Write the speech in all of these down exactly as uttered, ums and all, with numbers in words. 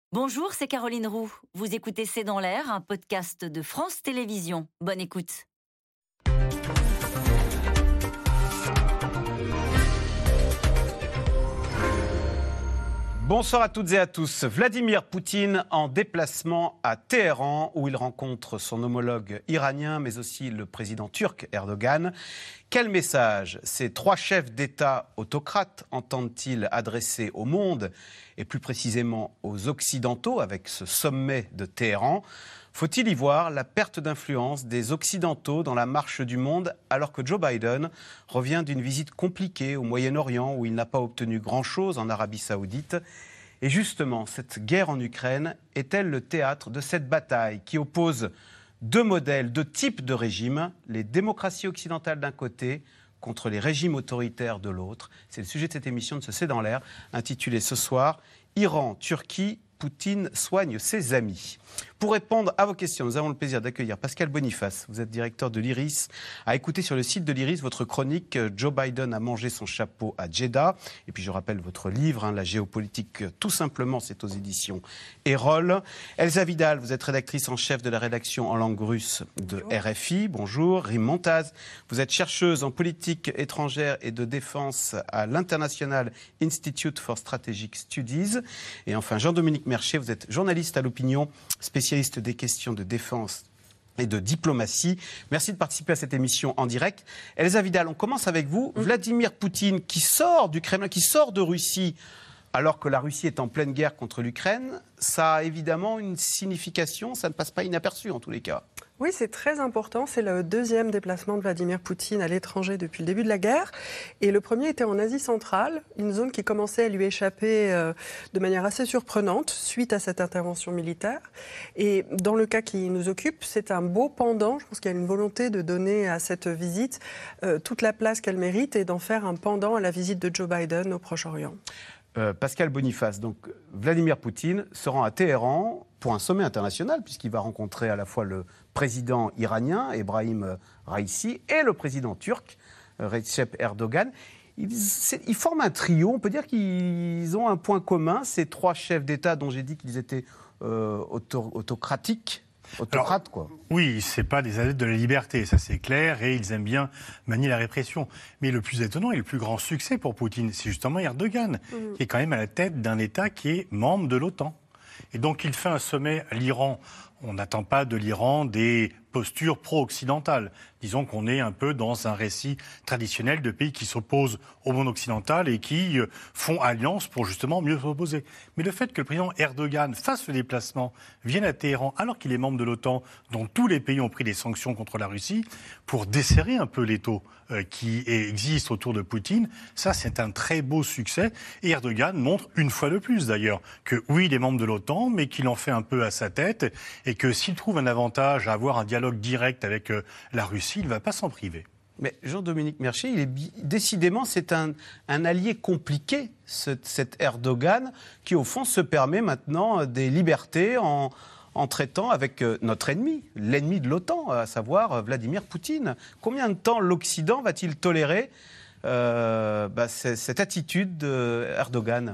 Bonjour, c'est Caroline Roux. Vous écoutez C'est dans l'air, un podcast de France Télévisions. Bonne écoute. Bonsoir à toutes et à tous. Vladimir Poutine en déplacement à Téhéran où il rencontre son homologue iranien mais aussi le président turc Erdogan. Quel message ces trois chefs d'État autocrates entendent-ils adresser au monde et plus précisément aux Occidentaux avec ce sommet de Téhéran ? Faut-il y voir la perte d'influence des Occidentaux dans la marche du monde alors que Joe Biden revient d'une visite compliquée au Moyen-Orient où il n'a pas obtenu grand-chose en Arabie Saoudite ? Et justement, cette guerre en Ukraine est-elle le théâtre de cette bataille qui oppose deux modèles, deux types de régimes, les démocraties occidentales d'un côté contre les régimes autoritaires de l'autre ? C'est le sujet de cette émission de ce C'est dans l'air, intitulée ce soir « Iran, Turquie, Poutine soigne ses amis ». Pour répondre à vos questions, nous avons le plaisir d'accueillir Pascal Boniface. Vous êtes directeur de l'Iris. À écouter sur le site de l'Iris votre chronique « Joe Biden a mangé son chapeau à Jeddah ». Et puis je rappelle votre livre, hein, « La géopolitique, tout simplement », c'est aux éditions Erol. Elsa Vidal, vous êtes rédactrice en chef de la rédaction en langue russe de Bonjour. R F I. Bonjour. Rim Montaz, vous êtes chercheuse en politique étrangère et de défense à l'International Institute for Strategic Studies. Et enfin, Jean-Dominique Mercier, vous êtes journaliste à l'opinion, spécialiste des questions de défense et de diplomatie. Merci de participer à cette émission en direct. Elsa Vidal, on commence avec vous. Mmh. Vladimir Poutine, qui sort du Kremlin, qui sort de Russie, alors que la Russie est en pleine guerre contre l'Ukraine, ça a évidemment une signification, ça ne passe pas inaperçu en tous les cas. Oui, c'est très important. C'est le deuxième déplacement de Vladimir Poutine à l'étranger depuis le début de la guerre. Et le premier était en Asie centrale, une zone qui commençait à lui échapper euh, de manière assez surprenante suite à cette intervention militaire. Et dans le cas qui nous occupe, c'est un beau pendant. Je pense qu'il y a une volonté de donner à cette visite euh, toute la place qu'elle mérite et d'en faire un pendant à la visite de Joe Biden au Proche-Orient. Euh, Pascal Boniface, donc Vladimir Poutine se rend à Téhéran pour un sommet international puisqu'il va rencontrer à la fois le président iranien, Ebrahim Raïssi, et le président turc, Recep Erdogan. Ils, ils forment un trio, on peut dire qu'ils ont un point commun, ces trois chefs d'État dont j'ai dit qu'ils étaient euh, auto, autocratiques. Autocrates, quoi. Oui, c'est pas des adeptes de la liberté, ça c'est clair, et ils aiment bien manier la répression. Mais le plus étonnant et le plus grand succès pour Poutine, c'est justement Erdogan, mmh. qui est quand même à la tête d'un État qui est membre de l'OTAN. Et donc il fait un sommet à l'Iran. On n'attend pas de l'Iran des postures pro-occidentales. Disons qu'on est un peu dans un récit traditionnel de pays qui s'opposent au monde occidental et qui font alliance pour justement mieux s'opposer. Mais le fait que le président Erdogan fasse le déplacement, vienne à Téhéran, alors qu'il est membre de l'OTAN, dont tous les pays ont pris des sanctions contre la Russie, pour desserrer un peu l'étau euh, qui existe autour de Poutine, ça c'est un très beau succès. Et Erdogan montre une fois de plus d'ailleurs que oui, il est membre de l'OTAN, mais qu'il en fait un peu à sa tête et que s'il trouve un avantage à avoir un dialogue direct avec euh, la Russie, il ne va pas s'en priver. Mais Jean-Dominique Mercier, il est bi... décidément, c'est un, un allié compliqué, ce, cet Erdogan, qui au fond se permet maintenant des libertés en, en traitant avec euh, notre ennemi, l'ennemi de l'OTAN, à savoir euh, Vladimir Poutine. Combien de temps l'Occident va-t-il tolérer euh, bah, cette attitude d'Erdogan ?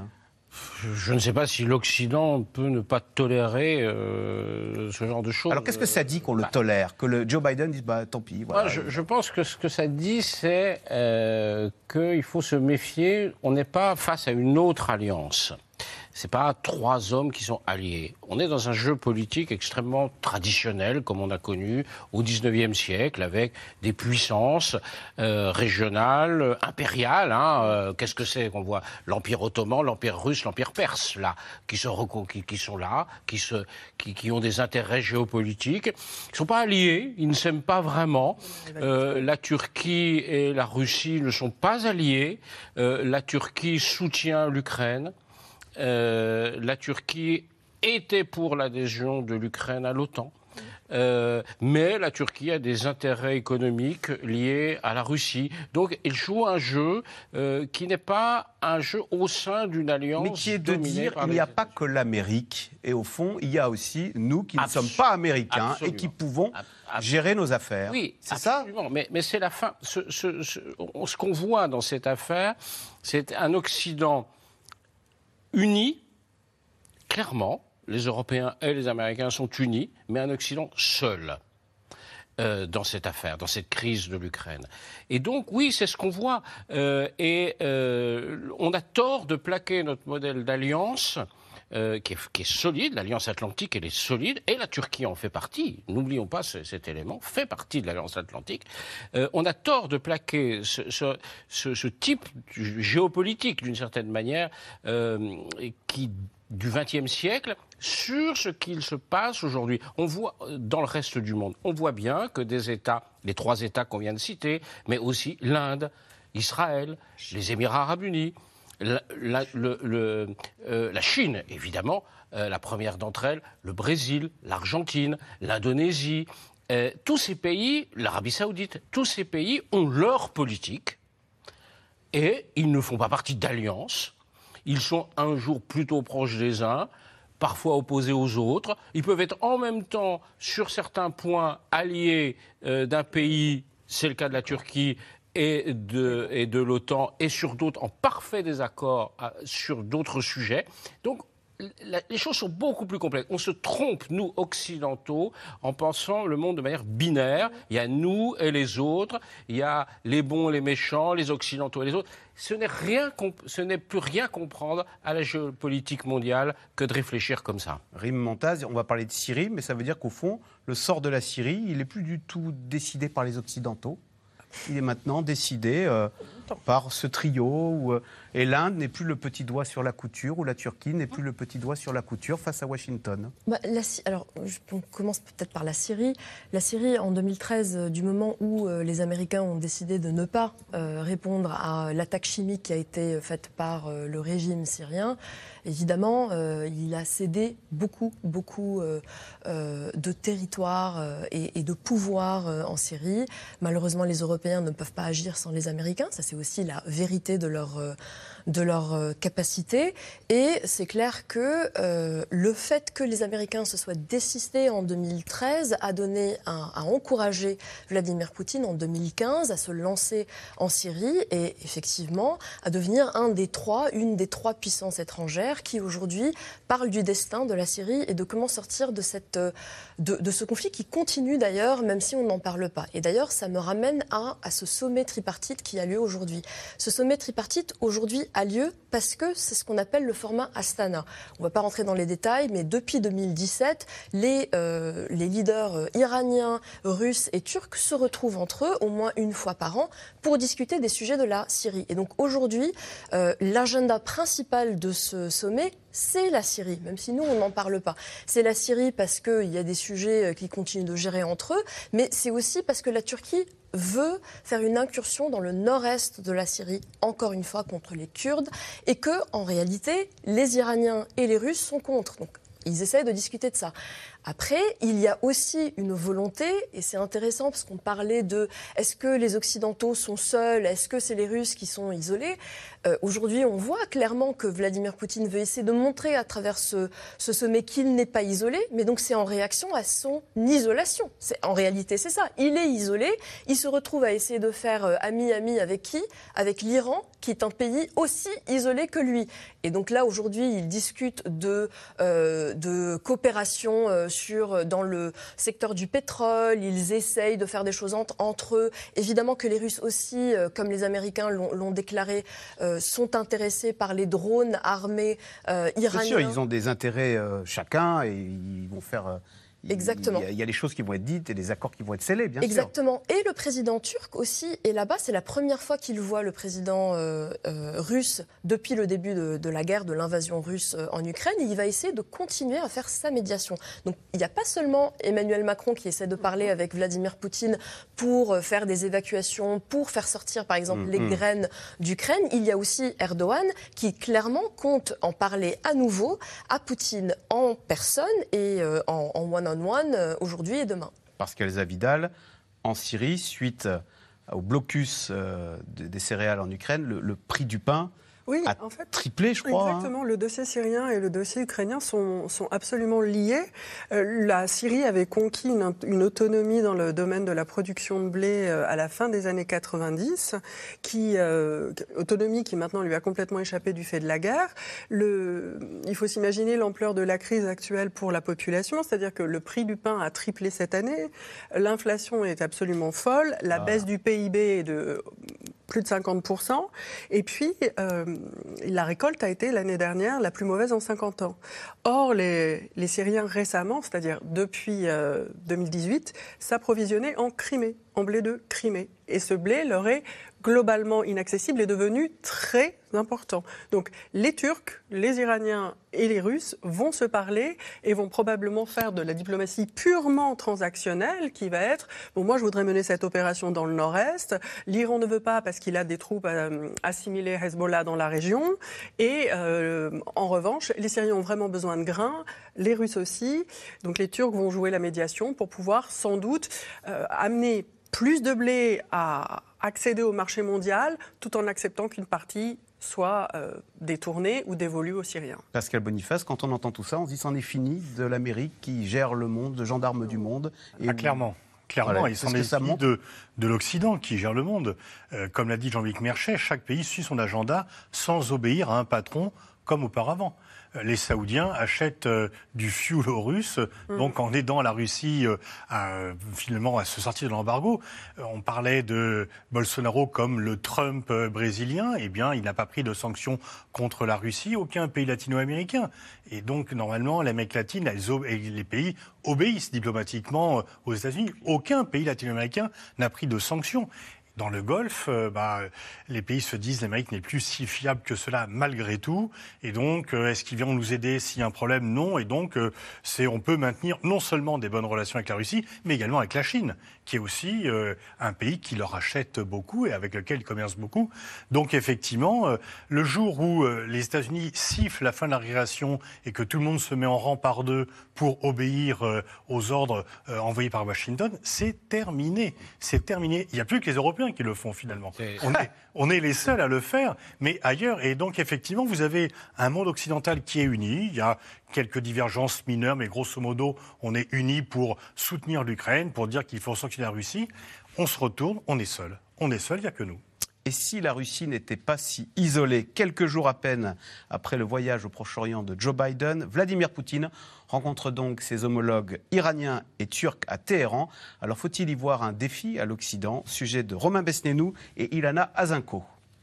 Je ne sais pas si l'Occident peut ne pas tolérer euh, ce genre de choses. Alors qu'est-ce que ça dit qu'on le bah, tolère ? Que le Joe Biden dise bah, tant pis. Voilà. Moi, je, je pense que ce que ça dit, c'est euh, qu'il faut se méfier. On n'est pas face à une autre alliance. Ce n'est pas trois hommes qui sont alliés. On est dans un jeu politique extrêmement traditionnel, comme on a connu au dix-neuvième siècle, avec des puissances euh, régionales, impériales. Hein, euh, qu'est-ce que c'est qu'on voit ? L'Empire ottoman, l'Empire russe, l'Empire perse, là, qui, se, qui, qui sont là, qui, se, qui, qui ont des intérêts géopolitiques. Ils ne sont pas alliés, ils ne s'aiment pas vraiment. Euh, la Turquie et la Russie ne sont pas alliés. Euh, la Turquie soutient l'Ukraine. Euh, la Turquie était pour l'adhésion de l'Ukraine à l'OTAN. Euh, mais la Turquie a des intérêts économiques liés à la Russie. Donc, il joue un jeu euh, qui n'est pas un jeu au sein d'une alliance. Mais qui est de dire qu'il n'y a pas que l'Amérique. Et au fond, il y a aussi nous qui Absol- ne sommes pas américains absolument. Et qui pouvons Absolument. gérer nos affaires. Oui, c'est absolument. ça mais, mais c'est la fin. Ce, ce, ce, ce qu'on voit dans cette affaire, c'est un Occident uni, clairement, les Européens et les Américains sont unis, mais un Occident seul. Euh, dans cette affaire, dans cette crise de l'Ukraine. Et donc, oui, c'est ce qu'on voit. Euh, et euh, on a tort de plaquer notre modèle d'alliance, euh, qui, est, qui est solide, l'Alliance Atlantique, elle est solide, et la Turquie en fait partie. N'oublions pas ce, cet élément, fait partie de l'Alliance Atlantique. Euh, on a tort de plaquer ce, ce, ce, ce type géopolitique, d'une certaine manière, euh, qui du vingtième siècle sur ce qu'il se passe aujourd'hui. On voit dans le reste du monde, on voit bien que des États, les trois États qu'on vient de citer, mais aussi l'Inde, Israël, les Émirats arabes unis, la, la, le, le, euh, la Chine, évidemment, euh, la première d'entre elles, le Brésil, l'Argentine, l'Indonésie, euh, tous ces pays, l'Arabie saoudite, tous ces pays ont leur politique et ils ne font pas partie d'alliances. Ils sont un jour plutôt proches des uns, parfois opposés aux autres. Ils peuvent être en même temps, sur certains points, alliés euh, d'un pays, c'est le cas de la Turquie, et de, et de l'OTAN, et sur d'autres, en parfait désaccord à, sur d'autres sujets. Donc, la, les choses sont beaucoup plus complexes. On se trompe, nous, occidentaux, en pensant le monde de manière binaire. Il y a nous et les autres, il y a les bons et les méchants, les occidentaux et les autres. Ce n'est rien, ce n'est plus rien comprendre à la géopolitique mondiale que de réfléchir comme ça. Rim Montaz, on va parler de Syrie, mais ça veut dire qu'au fond, le sort de la Syrie, il n'est plus du tout décidé par les Occidentaux. Il est maintenant décidé euh, par ce trio, où, euh, et l'Inde n'est plus le petit doigt sur la couture, ou la Turquie n'est plus le petit doigt sur la couture face à Washington. Bah, la, alors, je, on commence peut-être par la Syrie. La Syrie, en deux mille treize, euh, du moment où euh, les Américains ont décidé de ne pas euh, répondre à l'attaque chimique qui a été faite par euh, le régime syrien, évidemment, euh, il a cédé beaucoup, beaucoup euh, euh, de territoire euh, et, et de pouvoir euh, en Syrie. Malheureusement, les Européens ne peuvent pas agir sans les Américains. Ça, c'est aussi la vérité de leur, euh, de leur euh, capacité. Et c'est clair que euh, le fait que les Américains se soient désistés en deux mille treize a donné, un, a encouragé Vladimir Poutine en deux mille quinze à se lancer en Syrie et effectivement à devenir un des trois, une des trois puissances étrangères qui aujourd'hui parle du destin de la Syrie et de comment sortir de, cette, de, de ce conflit qui continue d'ailleurs, même si on n'en parle pas. Et d'ailleurs, ça me ramène à, à ce sommet tripartite qui a lieu aujourd'hui. Ce sommet tripartite, aujourd'hui, a lieu parce que c'est ce qu'on appelle le format Astana. On ne va pas rentrer dans les détails, mais depuis deux mille dix-sept, les, euh, les leaders iraniens, russes et turcs se retrouvent entre eux au moins une fois par an pour discuter des sujets de la Syrie. Et donc aujourd'hui, euh, l'agenda principal de ce sommet, c'est la Syrie, même si nous, on n'en parle pas. C'est la Syrie parce qu'il y a des sujets qu'ils continuent de gérer entre eux, mais c'est aussi parce que la Turquie veut faire une incursion dans le nord-est de la Syrie, encore une fois contre les Kurdes, et que, en réalité, les Iraniens et les Russes sont contre. Donc, ils essaient de discuter de ça. Après, il y a aussi une volonté, et c'est intéressant parce qu'on parlait de est-ce que les Occidentaux sont seuls, est-ce que c'est les Russes qui sont isolés. Euh, aujourd'hui, on voit clairement que Vladimir Poutine veut essayer de montrer à travers ce, ce sommet qu'il n'est pas isolé, mais donc c'est en réaction à son isolation. C'est, en réalité, c'est ça. Il est isolé, il se retrouve à essayer de faire euh, ami-ami avec qui ? Avec l'Iran, qui est un pays aussi isolé que lui. Et donc là, aujourd'hui, il discute de, euh, de coopération euh, Sur, dans le secteur du pétrole, ils essayent de faire des choses entre, entre eux. Évidemment que les Russes aussi, euh, comme les Américains l'ont, l'ont déclaré, euh, sont intéressés par les drones armés euh, iraniens. Bien sûr, ils ont des intérêts euh, chacun et ils vont faire... Euh... Exactement. Il y, a, il y a des choses qui vont être dites et des accords qui vont être scellés, bien Exactement. sûr. Exactement. Et le président turc aussi est là-bas. C'est la première fois qu'il voit le président euh, euh, russe depuis le début de, de la guerre, de l'invasion russe euh, en Ukraine. Et il va essayer de continuer à faire sa médiation. Donc il n'y a pas seulement Emmanuel Macron qui essaie de parler avec Vladimir Poutine pour faire des évacuations, pour faire sortir par exemple mmh, les mmh. graines d'Ukraine. Il y a aussi Erdogan qui clairement compte en parler à nouveau à Poutine en personne et euh, en, en one-on-one aujourd'hui et demain. Parce qu'Elsa Vidal, en Syrie, suite au blocus des céréales en Ukraine, le, le prix du pain Oui, a en fait, triplé, je crois. Exactement. Hein. Le dossier syrien et le dossier ukrainien sont, sont absolument liés. Euh, la Syrie avait conquis une, une autonomie dans le domaine de la production de blé euh, à la fin des années quatre-vingt-dix, qui, euh, autonomie qui maintenant lui a complètement échappé du fait de la guerre. Le, il faut s'imaginer l'ampleur de la crise actuelle pour la population, c'est-à-dire que le prix du pain a triplé cette année, l'inflation est absolument folle, la ah. baisse du P I B est de plus de cinquante pour cent, et puis euh, la récolte a été l'année dernière la plus mauvaise en cinquante ans. Or, les, les Syriens récemment, c'est-à-dire depuis euh, deux mille dix-huit, s'approvisionnaient en Crimée, en blé de Crimée. Et ce blé leur est globalement inaccessible et devenu très important. Donc les Turcs, les Iraniens et les Russes vont se parler et vont probablement faire de la diplomatie purement transactionnelle qui va être « bon, moi je voudrais mener cette opération dans le nord-est, l'Iran ne veut pas parce qu'il a des troupes euh, assimilées Hezbollah dans la région et euh, en revanche, les Syriens ont vraiment besoin de grains, les Russes aussi, donc les Turcs vont jouer la médiation pour pouvoir sans doute euh, amener plus de blé à accéder au marché mondial tout en acceptant qu'une partie soit euh, détournée ou dévolue aux Syriens. Pascal Boniface, quand on entend tout ça, on se dit c'en est fini de l'Amérique qui gère le monde, de gendarme du monde. Et ah, clairement. Clairement, voilà, il s'en est fini de, de l'Occident qui gère le monde. Euh, comme l'a dit Jean-Luc Merchet, chaque pays suit son agenda sans obéir à un patron comme auparavant. Les Saoudiens achètent euh, du fioul aux Russes, mmh. donc en aidant la Russie euh, à, finalement à se sortir de l'embargo. Euh, on parlait de Bolsonaro comme le Trump euh, brésilien, eh bien il n'a pas pris de sanctions contre la Russie, aucun pays latino-américain. Et donc normalement l'Amérique latine et les pays obéissent diplomatiquement aux États-Unis. Aucun pays latino-américain n'a pris de sanctions. Dans le Golfe, euh, bah, les pays se disent l'Amérique n'est plus si fiable que cela malgré tout. Et donc, euh, est-ce qu'ils viennent nous aider s'il y a un problème? Non. Et donc, euh, c'est, on peut maintenir non seulement des bonnes relations avec la Russie, mais également avec la Chine, qui est aussi euh, un pays qui leur achète beaucoup et avec lequel ils commercent beaucoup. Donc, effectivement, euh, le jour où euh, les États-Unis sifflent la fin de la récréation et que tout le monde se met en rang par deux pour obéir euh, aux ordres euh, envoyés par Washington, c'est terminé. C'est terminé. Il n'y a plus que les Européens qui le font finalement. On est, on est les seuls à le faire, mais ailleurs. Et donc effectivement, vous avez un monde occidental qui est uni. Il y a quelques divergences mineures, mais grosso modo, on est unis pour soutenir l'Ukraine, pour dire qu'il faut sanctionner la Russie. On se retourne, on est seul. On est seul, il n'y a que nous. Et si la Russie n'était pas si isolée, quelques jours à peine après le voyage au Proche-Orient de Joe Biden, Vladimir Poutine rencontre donc ses homologues iraniens et turcs à Téhéran. Alors faut-il y voir un défi à l'Occident? Sujet de Romain Besnénou et Ilana Azinko.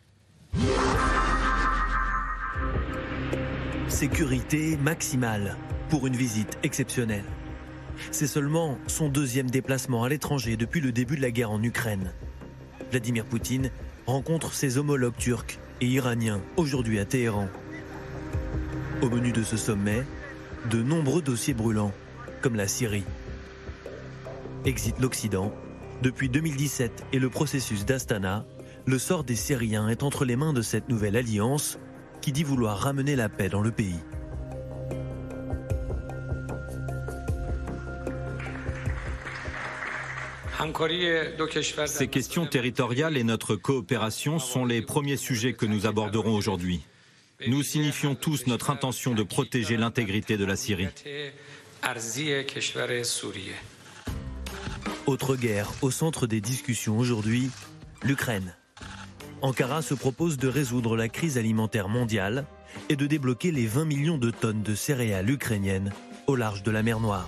Sécurité maximale pour une visite exceptionnelle. C'est seulement son deuxième déplacement à l'étranger depuis le début de la guerre en Ukraine. Vladimir Poutine rencontre ses homologues turcs et iraniens aujourd'hui à Téhéran. Au menu de ce sommet, de nombreux dossiers brûlants, comme la Syrie. Exit l'Occident. Depuis deux mille dix-sept et le processus d'Astana, le sort des Syriens est entre les mains de cette nouvelle alliance qui dit vouloir ramener la paix dans le pays. Ces questions territoriales et notre coopération sont les premiers sujets que nous aborderons aujourd'hui. Nous signifions tous notre intention de protéger l'intégrité de la Syrie. Autre guerre au centre des discussions aujourd'hui, l'Ukraine. Ankara se propose de résoudre la crise alimentaire mondiale et de débloquer les vingt millions de tonnes de céréales ukrainiennes au large de la mer Noire.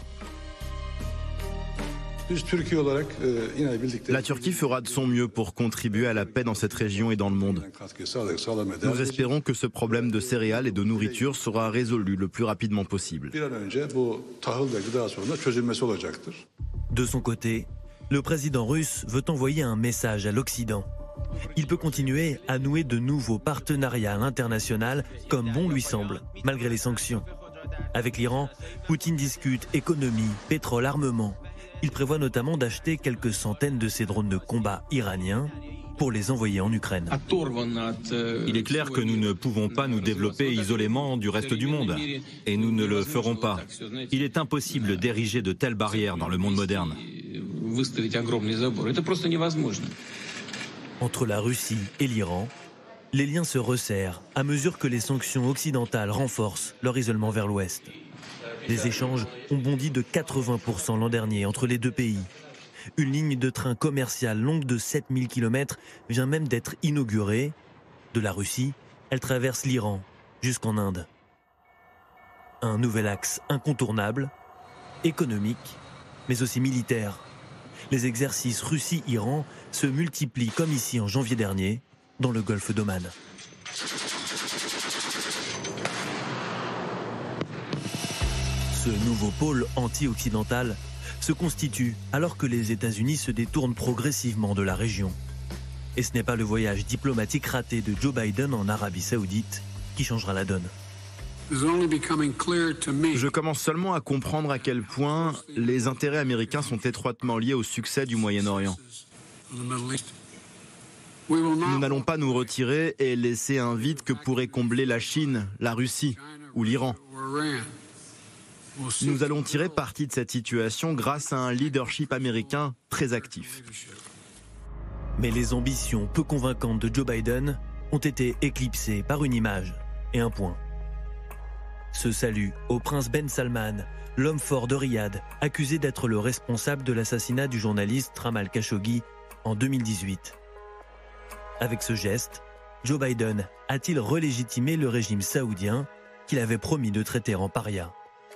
La Turquie fera de son mieux pour contribuer à la paix dans cette région et dans le monde. Nous espérons que ce problème de céréales et de nourriture sera résolu le plus rapidement possible. De son côté, le président russe veut envoyer un message à l'Occident. Il peut continuer à nouer de nouveaux partenariats à l'international comme bon lui semble, malgré les sanctions. Avec l'Iran, Poutine discute économie, pétrole, armement. Il prévoit notamment d'acheter quelques centaines de ces drones de combat iraniens pour les envoyer en Ukraine. Il est clair que nous ne pouvons pas nous développer isolément du reste du monde. Et nous ne le ferons pas. Il est impossible d'ériger de telles barrières dans le monde moderne. Entre la Russie et l'Iran, les liens se resserrent à mesure que les sanctions occidentales renforcent leur isolement vers l'Ouest. Les échanges ont bondi de quatre-vingts pour cent l'an dernier entre les deux pays. Une ligne de train commerciale longue de sept mille kilomètres vient même d'être inaugurée. De la Russie, elle traverse l'Iran jusqu'en Inde. Un nouvel axe incontournable, économique, mais aussi militaire. Les exercices Russie-Iran se multiplient comme ici en janvier dernier, dans le golfe d'Oman. Ce nouveau pôle anti-occidental se constitue alors que les États-Unis se détournent progressivement de la région. Et ce n'est pas le voyage diplomatique raté de Joe Biden en Arabie Saoudite qui changera la donne. Je commence seulement à comprendre à quel point les intérêts américains sont étroitement liés au succès du Moyen-Orient. Nous n'allons pas nous retirer et laisser un vide que pourraient combler la Chine, la Russie ou l'Iran. Nous allons tirer parti de cette situation grâce à un leadership américain très actif. Mais les ambitions peu convaincantes de Joe Biden ont été éclipsées par une image et un point. Ce salut au prince Ben Salman, l'homme fort de Riyad, accusé d'être le responsable de l'assassinat du journaliste Jamal Khashoggi en deux mille dix-huit. Avec ce geste, Joe Biden a-t-il relégitimé le régime saoudien qu'il avait promis de traiter en paria ?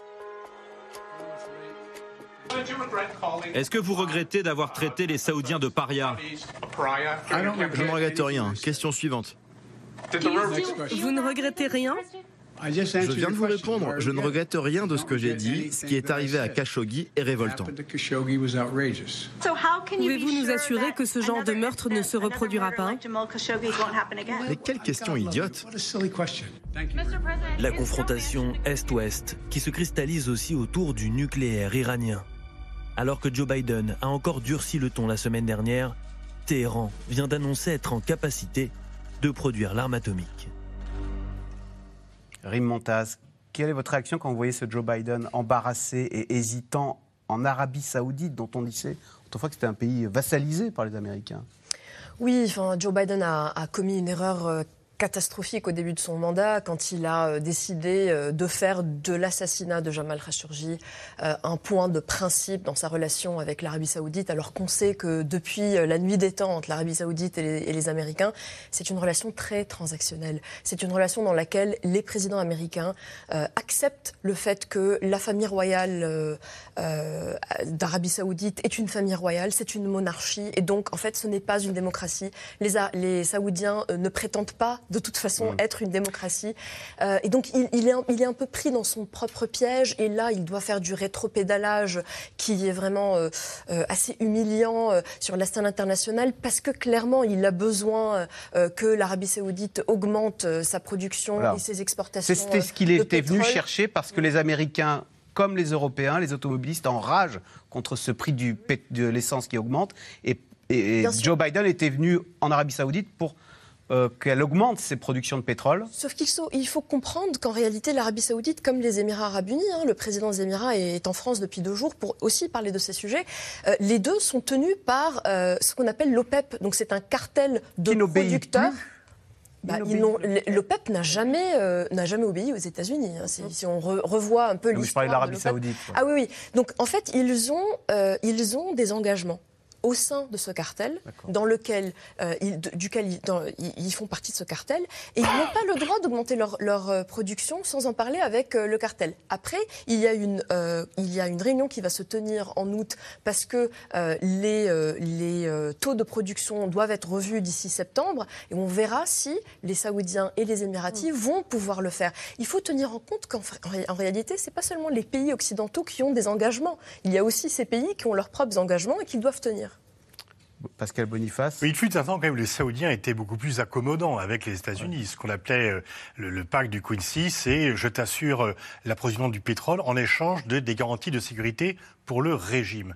Est-ce que vous regrettez d'avoir traité les Saoudiens de parias ? Je ne regrette rien. Question suivante. Vous ne regrettez rien ? Je viens de vous répondre. Je ne regrette rien de ce que j'ai dit. Ce qui est arrivé à Khashoggi est révoltant. Pouvez-vous nous assurer que ce genre de meurtre ne se reproduira pas ? Mais quelle question idiote ! La confrontation Est-Ouest qui se cristallise aussi autour du nucléaire iranien. Alors que Joe Biden a encore durci le ton la semaine dernière, Téhéran vient d'annoncer être en capacité de produire l'arme atomique. Rim Montaz, quelle est votre réaction quand vous voyez ce Joe Biden embarrassé et hésitant en Arabie Saoudite, dont on disait autrefois que c'était un pays vassalisé par les Américains ? Oui, enfin, Joe Biden a, a commis une erreur euh, catastrophique au début de son mandat quand il a euh, décidé euh, de faire de l'assassinat de Jamal Khashoggi euh, un point de principe dans sa relation avec l'Arabie Saoudite, alors qu'on sait que depuis euh, la nuit des temps entre l'Arabie Saoudite et les, et les Américains, c'est une relation très transactionnelle. C'est une relation dans laquelle les présidents américains euh, acceptent le fait que la famille royale euh, euh, d'Arabie Saoudite est une famille royale, c'est une monarchie, et donc en fait ce n'est pas une démocratie. Les, les Saoudiens euh, ne prétendent pas de toute façon mmh. être une démocratie. Euh, et donc il, il, est un, il est un peu pris dans son propre piège, et là il doit faire du rétropédalage qui est vraiment euh, euh, assez humiliant euh, sur la scène internationale, parce que clairement il a besoin euh, que l'Arabie Saoudite augmente euh, sa production Alors, et ses exportations. C'était ce qu'il était venu chercher, parce que les Américains, comme les Européens, les automobilistes enragent contre ce prix du, de l'essence qui augmente, et, et, et Joe sûr. Biden était venu en Arabie Saoudite pour Euh, qu'elle augmente ses productions de pétrole. Sauf qu'il faut, il faut comprendre qu'en réalité, l'Arabie Saoudite, comme les Émirats Arabes Unis, hein, le président des Émirats est en France depuis deux jours pour aussi parler de ces sujets, euh, les deux sont tenus par euh, ce qu'on appelle l'OPEP. Donc c'est un cartel de producteurs. Bah, L'OPEP n'a jamais, euh, n'a jamais obéi aux États-Unis. Hein. Si, si on re, revoit un peu l'histoire. Je parlais de l'Arabie Saoudite. Ouais. Ah oui, oui. Donc en fait, ils ont, euh, ils ont des engagements au sein de ce cartel, dans lequel, euh, ils, duquel ils, dans, ils, ils font partie de ce cartel, et ils n'ont pas le droit d'augmenter leur, leur euh, production sans en parler avec euh, le cartel. Après, il y a une, euh, il y a une réunion qui va se tenir en août, parce que euh, les, euh, les euh, taux de production doivent être revus d'ici septembre, et on verra si les Saoudiens et les Émiratis mmh. vont pouvoir le faire. Il faut tenir en compte qu'en en réalité, ce n'est pas seulement les pays occidentaux qui ont des engagements, il y a aussi ces pays qui ont leurs propres engagements et qui doivent tenir. Pascal Boniface. Oui, il fut un temps quand même où les Saoudiens étaient beaucoup plus accommodants avec les États-Unis. Ouais. Ce qu'on appelait euh, le, le pacte du Quincy, c'est je t'assure euh, l'approvisionnement du pétrole en échange de, des garanties de sécurité pour le régime.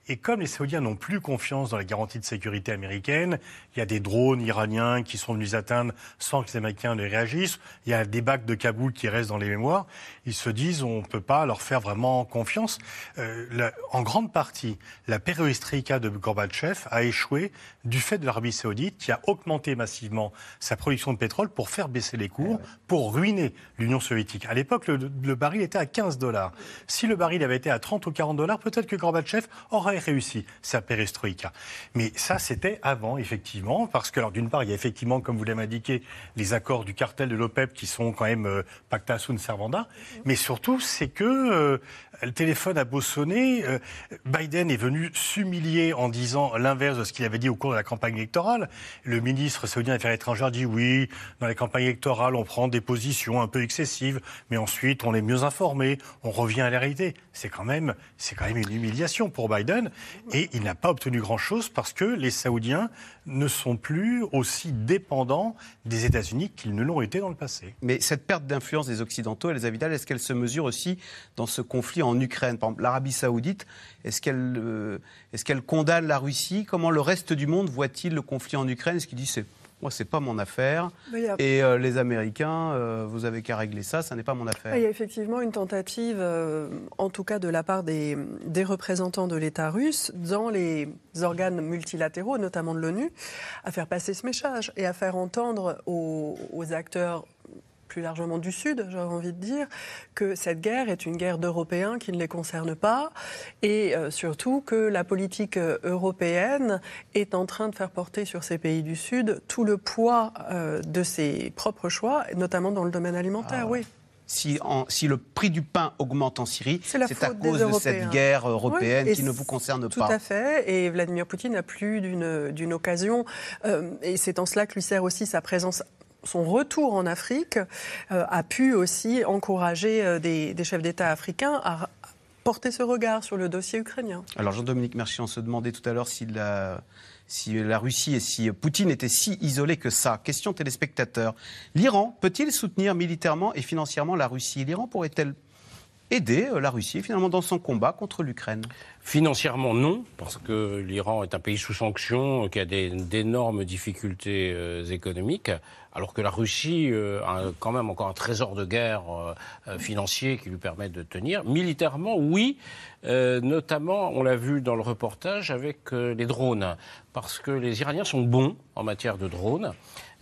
Et comme les Saoudiens n'ont plus confiance dans la garantie de sécurité américaine, il y a des drones iraniens qui sont venus atteindre sans que les Américains ne réagissent, il y a des bacs de Kaboul qui restent dans les mémoires, ils se disent on ne peut pas leur faire vraiment confiance. Euh, la, en grande partie, la perestroïka de Gorbatchev a échoué du fait de l'Arabie Saoudite qui a augmenté massivement sa production de pétrole pour faire baisser les cours, pour ruiner l'Union soviétique. À l'époque, le, le baril était à quinze dollars. Si le baril avait été à trente ou quarante dollars, peut-être que Gorbatchev aurait réussi sa perestroïka. Mais ça, c'était avant, effectivement, parce que, alors, d'une part, il y a effectivement, comme vous l'avez indiqué, les accords du cartel de l'OPEP qui sont quand même euh, pacta sunt servanda, mais surtout, c'est que euh, le téléphone a beau sonner, euh, Biden est venu s'humilier en disant l'inverse de ce qu'il avait dit au cours de la campagne électorale. Le ministre saoudien des Affaires étrangères dit oui, dans les campagnes électorales, on prend des positions un peu excessives, mais ensuite, on est mieux informé, on revient à la réalité. C'est quand même, c'est quand même une humiliation pour Biden, et il n'a pas obtenu grand-chose parce que les Saoudiens ne sont plus aussi dépendants des États-Unis qu'ils ne l'ont été dans le passé. Mais cette perte d'influence des Occidentaux, Elsa Vidal, est-ce qu'elle se mesure aussi dans ce conflit en Ukraine? Par exemple, l'Arabie Saoudite, est-ce qu'elle euh, est-ce qu'elle condamne la Russie? Comment le reste du monde voit-il le conflit en Ukraine? Est-ce qu'il dit c'est moi, c'est pas mon affaire. A... Et euh, les Américains, euh, vous avez qu'à régler ça, ça n'est pas mon affaire. Il y a effectivement une tentative, euh, en tout cas de la part des, des représentants de l'État russe, dans les organes multilatéraux, notamment de l'ONU, à faire passer ce message et à faire entendre aux, aux acteurs plus largement du Sud, j'aurais envie de dire, que cette guerre est une guerre d'Européens qui ne les concerne pas et euh, surtout que la politique européenne est en train de faire porter sur ces pays du Sud tout le poids euh, de ses propres choix, notamment dans le domaine alimentaire, ah. oui. Si, en, si le prix du pain augmente en Syrie, c'est, c'est à cause de cette Européens. guerre européenne oui, qui ne vous concerne tout pas. Tout à fait, et Vladimir Poutine n'a plus d'une, d'une occasion, euh, et c'est en cela que lui sert aussi sa présence. Son retour en Afrique euh, a pu aussi encourager euh, des, des chefs d'État africains à porter ce regard sur le dossier ukrainien. Alors Jean-Dominique Mercier, on se demandait tout à l'heure si la, si la Russie et si Poutine étaient si isolés que ça. Question téléspectateur. L'Iran peut-il soutenir militairement et financièrement la Russie? L'Iran pourrait-elle aider la Russie finalement dans son combat contre l'Ukraine? Financièrement, non, parce que l'Iran est un pays sous sanctions, qui a des, d'énormes difficultés euh, économiques, alors que la Russie euh, a quand même encore un trésor de guerre euh, financier qui lui permet de tenir. Militairement, oui, euh, notamment, on l'a vu dans le reportage, avec euh, les drones, parce que les Iraniens sont bons en matière de drones.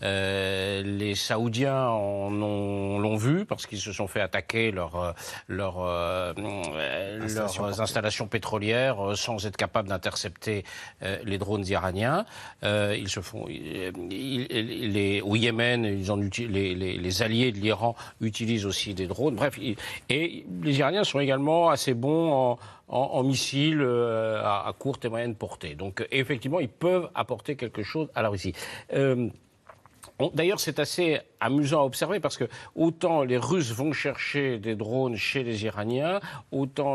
Euh, les Saoudiens en ont, l'ont vu parce qu'ils se sont fait attaquer leur, leur, euh, Installation leurs installations pétrolières euh, sans être capables d'intercepter euh, les drones iraniens. Euh, ils se font, ils, ils, les, au Yémen, ils en uti- les, les, les alliés de l'Iran utilisent aussi des drones. Bref, ils, et les Iraniens sont également assez bons en En, en missiles euh, à, à courte et moyenne portée. Donc, effectivement, ils peuvent apporter quelque chose à la Russie. Euh, on, d'ailleurs, c'est assez amusant à observer parce que autant les Russes vont chercher des drones chez les Iraniens, autant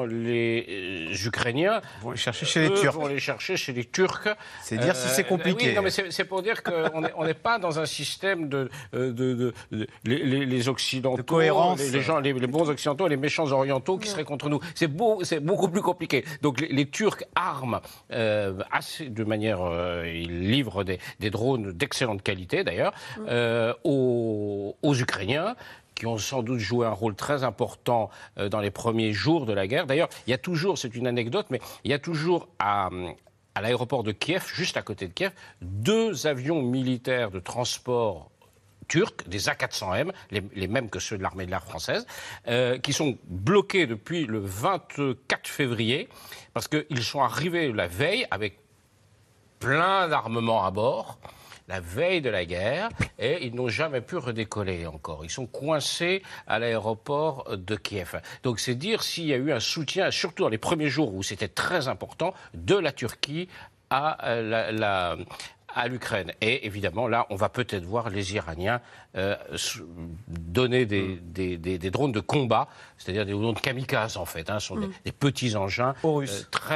les euh, Ukrainiens vont les chercher chez les Turcs. vont les chercher chez les Turcs. C'est dire euh, si c'est compliqué. Oui, non, mais c'est, c'est pour dire qu'on n'est on n'est pas dans un système de, de, de, de, de les, les, les Occidentaux, de cohérence. Les, les, gens, les, les bons Occidentaux et les méchants Orientaux qui seraient contre nous. C'est, beau, c'est beaucoup plus compliqué. Donc les, les Turcs arment euh, assez, de manière... Euh, ils livrent des, des drones d'excellente qualité, d'ailleurs, euh, aux aux Ukrainiens, qui ont sans doute joué un rôle très important euh, dans les premiers jours de la guerre. D'ailleurs, il y a toujours, c'est une anecdote, mais il y a toujours à, à l'aéroport de Kiev, juste à côté de Kiev, deux avions militaires de transport turcs, des A quatre cents M, les, les mêmes que ceux de l'armée de l'air française, euh, qui sont bloqués depuis le vingt-quatre février, parce qu'ils sont arrivés la veille avec plein d'armements à bord, la veille de la guerre, et ils n'ont jamais pu redécoller encore. Ils sont coincés à l'aéroport de Kiev. Donc c'est dire s'il y a eu un soutien, surtout dans les premiers jours où c'était très important, de la Turquie à la... la à l'Ukraine. Et évidemment, là, on va peut-être voir les Iraniens euh, donner des, des, des, des drones de combat, c'est-à-dire des drones kamikazes, en fait. Hein, ce sont mm. des, des petits engins euh, très...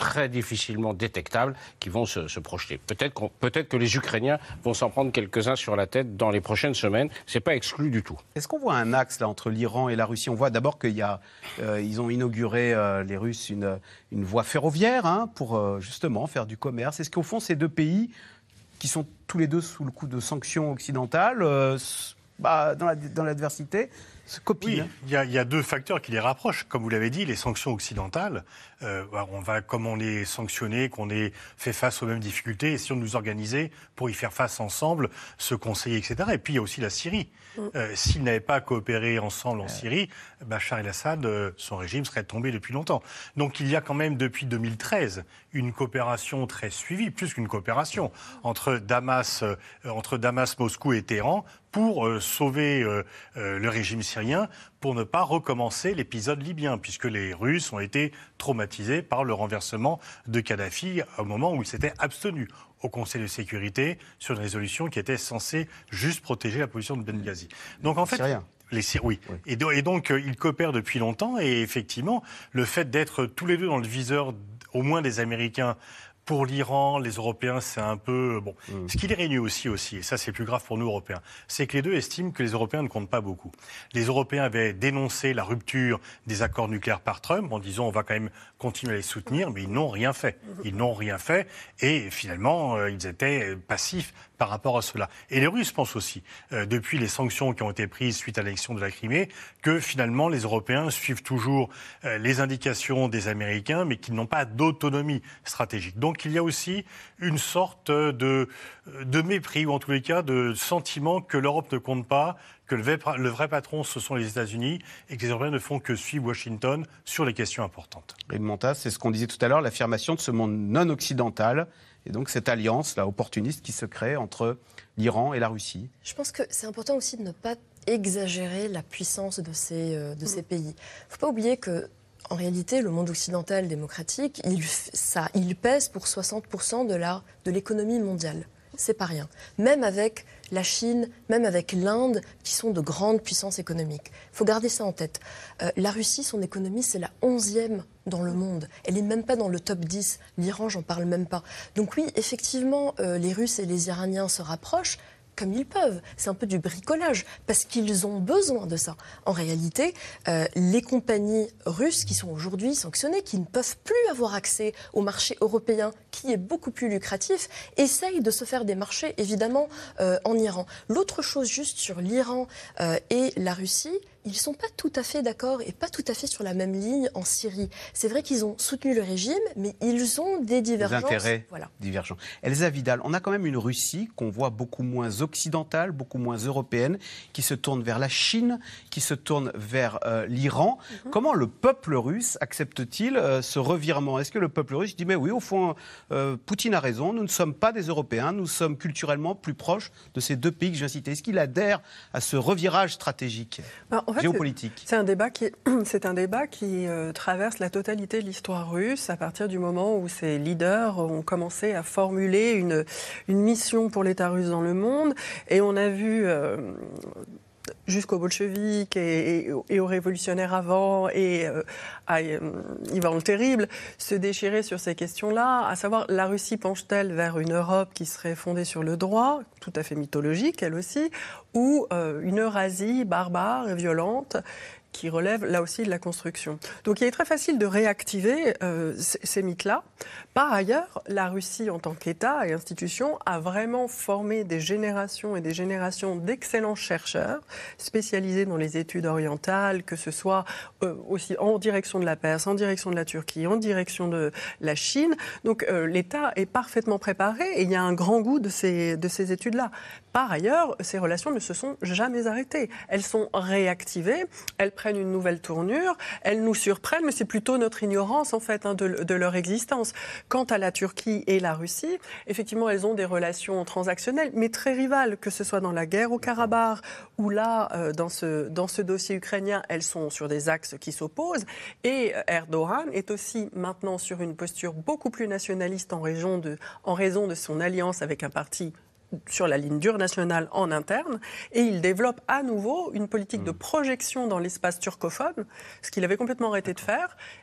très difficilement détectables qui vont se, se projeter. Peut-être, qu'on, peut-être que les Ukrainiens vont s'en prendre quelques-uns sur la tête dans les prochaines semaines. C'est pas exclu du tout. Est-ce qu'on voit un axe là entre l'Iran et la Russie? On voit d'abord qu'ils euh, ont inauguré, euh, les Russes, une, une voie ferroviaire hein, pour euh, justement faire du commerce. Est-ce qu'au fond, ces deux pays, qui sont tous les deux sous le coup de sanctions occidentales, euh, bah, dans, la, dans l'adversité, se copinent? Oui, il y, a, il y a deux facteurs qui les rapprochent. Comme vous l'avez dit, les sanctions occidentales, euh, on va, comme on est sanctionné, qu'on est fait face aux mêmes difficultés, essayons de nous organiser pour y faire face ensemble, se conseiller, et cetera. Et puis il y a aussi la Syrie. Euh, s'ils n'avaient pas coopéré ensemble en Syrie, Bachar el-Assad, euh, son régime serait tombé depuis longtemps. Donc il y a quand même depuis deux mille treize une coopération très suivie, plus qu'une coopération, entre Damas, euh, entre Damas, Moscou et Téhéran pour euh, sauver euh, euh, le régime syrien, pour ne pas recommencer l'épisode libyen, puisque les Russes ont été traumatisés par le renversement de Kadhafi au moment où ils s'étaient abstenus au Conseil de sécurité sur une résolution qui était censée juste protéger la position de Benghazi. Donc en fait, Syriens. Les Syriens, oui. oui. Et, do- et donc euh, ils coopèrent depuis longtemps et effectivement, le fait d'être tous les deux dans le viseur, au moins des Américains. Pour l'Iran, les Européens, c'est un peu... Bon, mmh. Ce qui les réunit aussi, aussi, et ça c'est plus grave pour nous Européens, c'est que les deux estiment que les Européens ne comptent pas beaucoup. Les Européens avaient dénoncé la rupture des accords nucléaires par Trump en disant on va quand même continuer à les soutenir, mais ils n'ont rien fait. Ils n'ont rien fait et finalement, euh, ils étaient passifs par rapport à cela. Et les Russes pensent aussi, euh, depuis les sanctions qui ont été prises suite à l'annexion de la Crimée, que finalement les Européens suivent toujours euh, les indications des Américains, mais qu'ils n'ont pas d'autonomie stratégique. Donc il y a aussi une sorte de, de mépris, ou en tous les cas de sentiment que l'Europe ne compte pas, que le vrai, le vrai patron, ce sont les États-Unis, et que les Européens ne font que suivre Washington sur les questions importantes. Rémi Montas, c'est ce qu'on disait tout à l'heure, l'affirmation de ce monde non occidental, et donc cette alliance là, opportuniste qui se crée entre l'Iran et la Russie. Je pense que c'est important aussi de ne pas exagérer la puissance de ces, euh, de ces pays. Il ne faut pas oublier que en réalité, le monde occidental démocratique, il, ça, il pèse pour soixante pour cent de, la, de l'économie mondiale. C'est pas rien. Même avec la Chine, même avec l'Inde, qui sont de grandes puissances économiques. Il faut garder ça en tête. Euh, la Russie, son économie, c'est la onzième dans le monde. Elle n'est même pas dans le top dix. L'Iran, j'en parle même pas. Donc oui, effectivement, euh, les Russes et les Iraniens se rapprochent, comme ils peuvent. C'est un peu du bricolage, parce qu'ils ont besoin de ça. En réalité, euh, les compagnies russes qui sont aujourd'hui sanctionnées, qui ne peuvent plus avoir accès au marché européen, qui est beaucoup plus lucratif, essayent de se faire des marchés, évidemment, euh, en Iran. L'autre chose juste sur l'Iran euh, et la Russie, ils ne sont pas tout à fait d'accord et pas tout à fait sur la même ligne en Syrie. C'est vrai qu'ils ont soutenu le régime, mais ils ont des divergences. Des intérêts voilà. divergents. Elsa Vidal, on a quand même une Russie qu'on voit beaucoup moins occidentale, beaucoup moins européenne, qui se tourne vers la Chine, qui se tourne vers euh, l'Iran. Mm-hmm. Comment le peuple russe accepte-t-il euh, ce revirement? Est-ce que le peuple russe dit, mais oui, au fond, euh, Poutine a raison, nous ne sommes pas des Européens, nous sommes culturellement plus proches de ces deux pays que je viens de citer. Est-ce qu'il adhère à ce revirage stratégique? Ben, en fait, géopolitique. C'est un débat qui, c'est un débat qui euh, traverse la totalité de l'histoire russe à partir du moment où ces leaders ont commencé à formuler une, une mission pour l'État russe dans le monde. Et on a vu... Euh, jusqu'aux bolcheviks et, et, et aux révolutionnaires avant et euh, à euh, Ivan le Terrible, se déchirer sur ces questions-là, à savoir la Russie penche-t-elle vers une Europe qui serait fondée sur le droit, tout à fait mythologique elle aussi, ou euh, une Eurasie barbare et violente qui relève là aussi de la construction. Donc il est très facile de réactiver euh, c- ces mythes-là. Par ailleurs, la Russie en tant qu'État et institution a vraiment formé des générations et des générations d'excellents chercheurs spécialisés dans les études orientales, que ce soit euh, aussi en direction de la Perse, en direction de la Turquie, en direction de la Chine. Donc euh, l'État est parfaitement préparé et il y a un grand goût de ces, de ces études-là. Par ailleurs, ces relations ne se sont jamais arrêtées. Elles sont réactivées, elles prennent une nouvelle tournure, elles nous surprennent, mais c'est plutôt notre ignorance en fait hein, de, de leur existence. Quant à la Turquie et la Russie, effectivement, elles ont des relations transactionnelles, mais très rivales, que ce soit dans la guerre au Karabakh ou là, euh, dans, ce, dans ce dossier ukrainien, elles sont sur des axes qui s'opposent. Et Erdogan est aussi maintenant sur une posture beaucoup plus nationaliste en raison de, en raison de son alliance avec un parti sur la ligne dure nationale en interne, et il développe à nouveau une politique de projection dans l'espace turcophone, ce qu'il avait complètement arrêté de faire,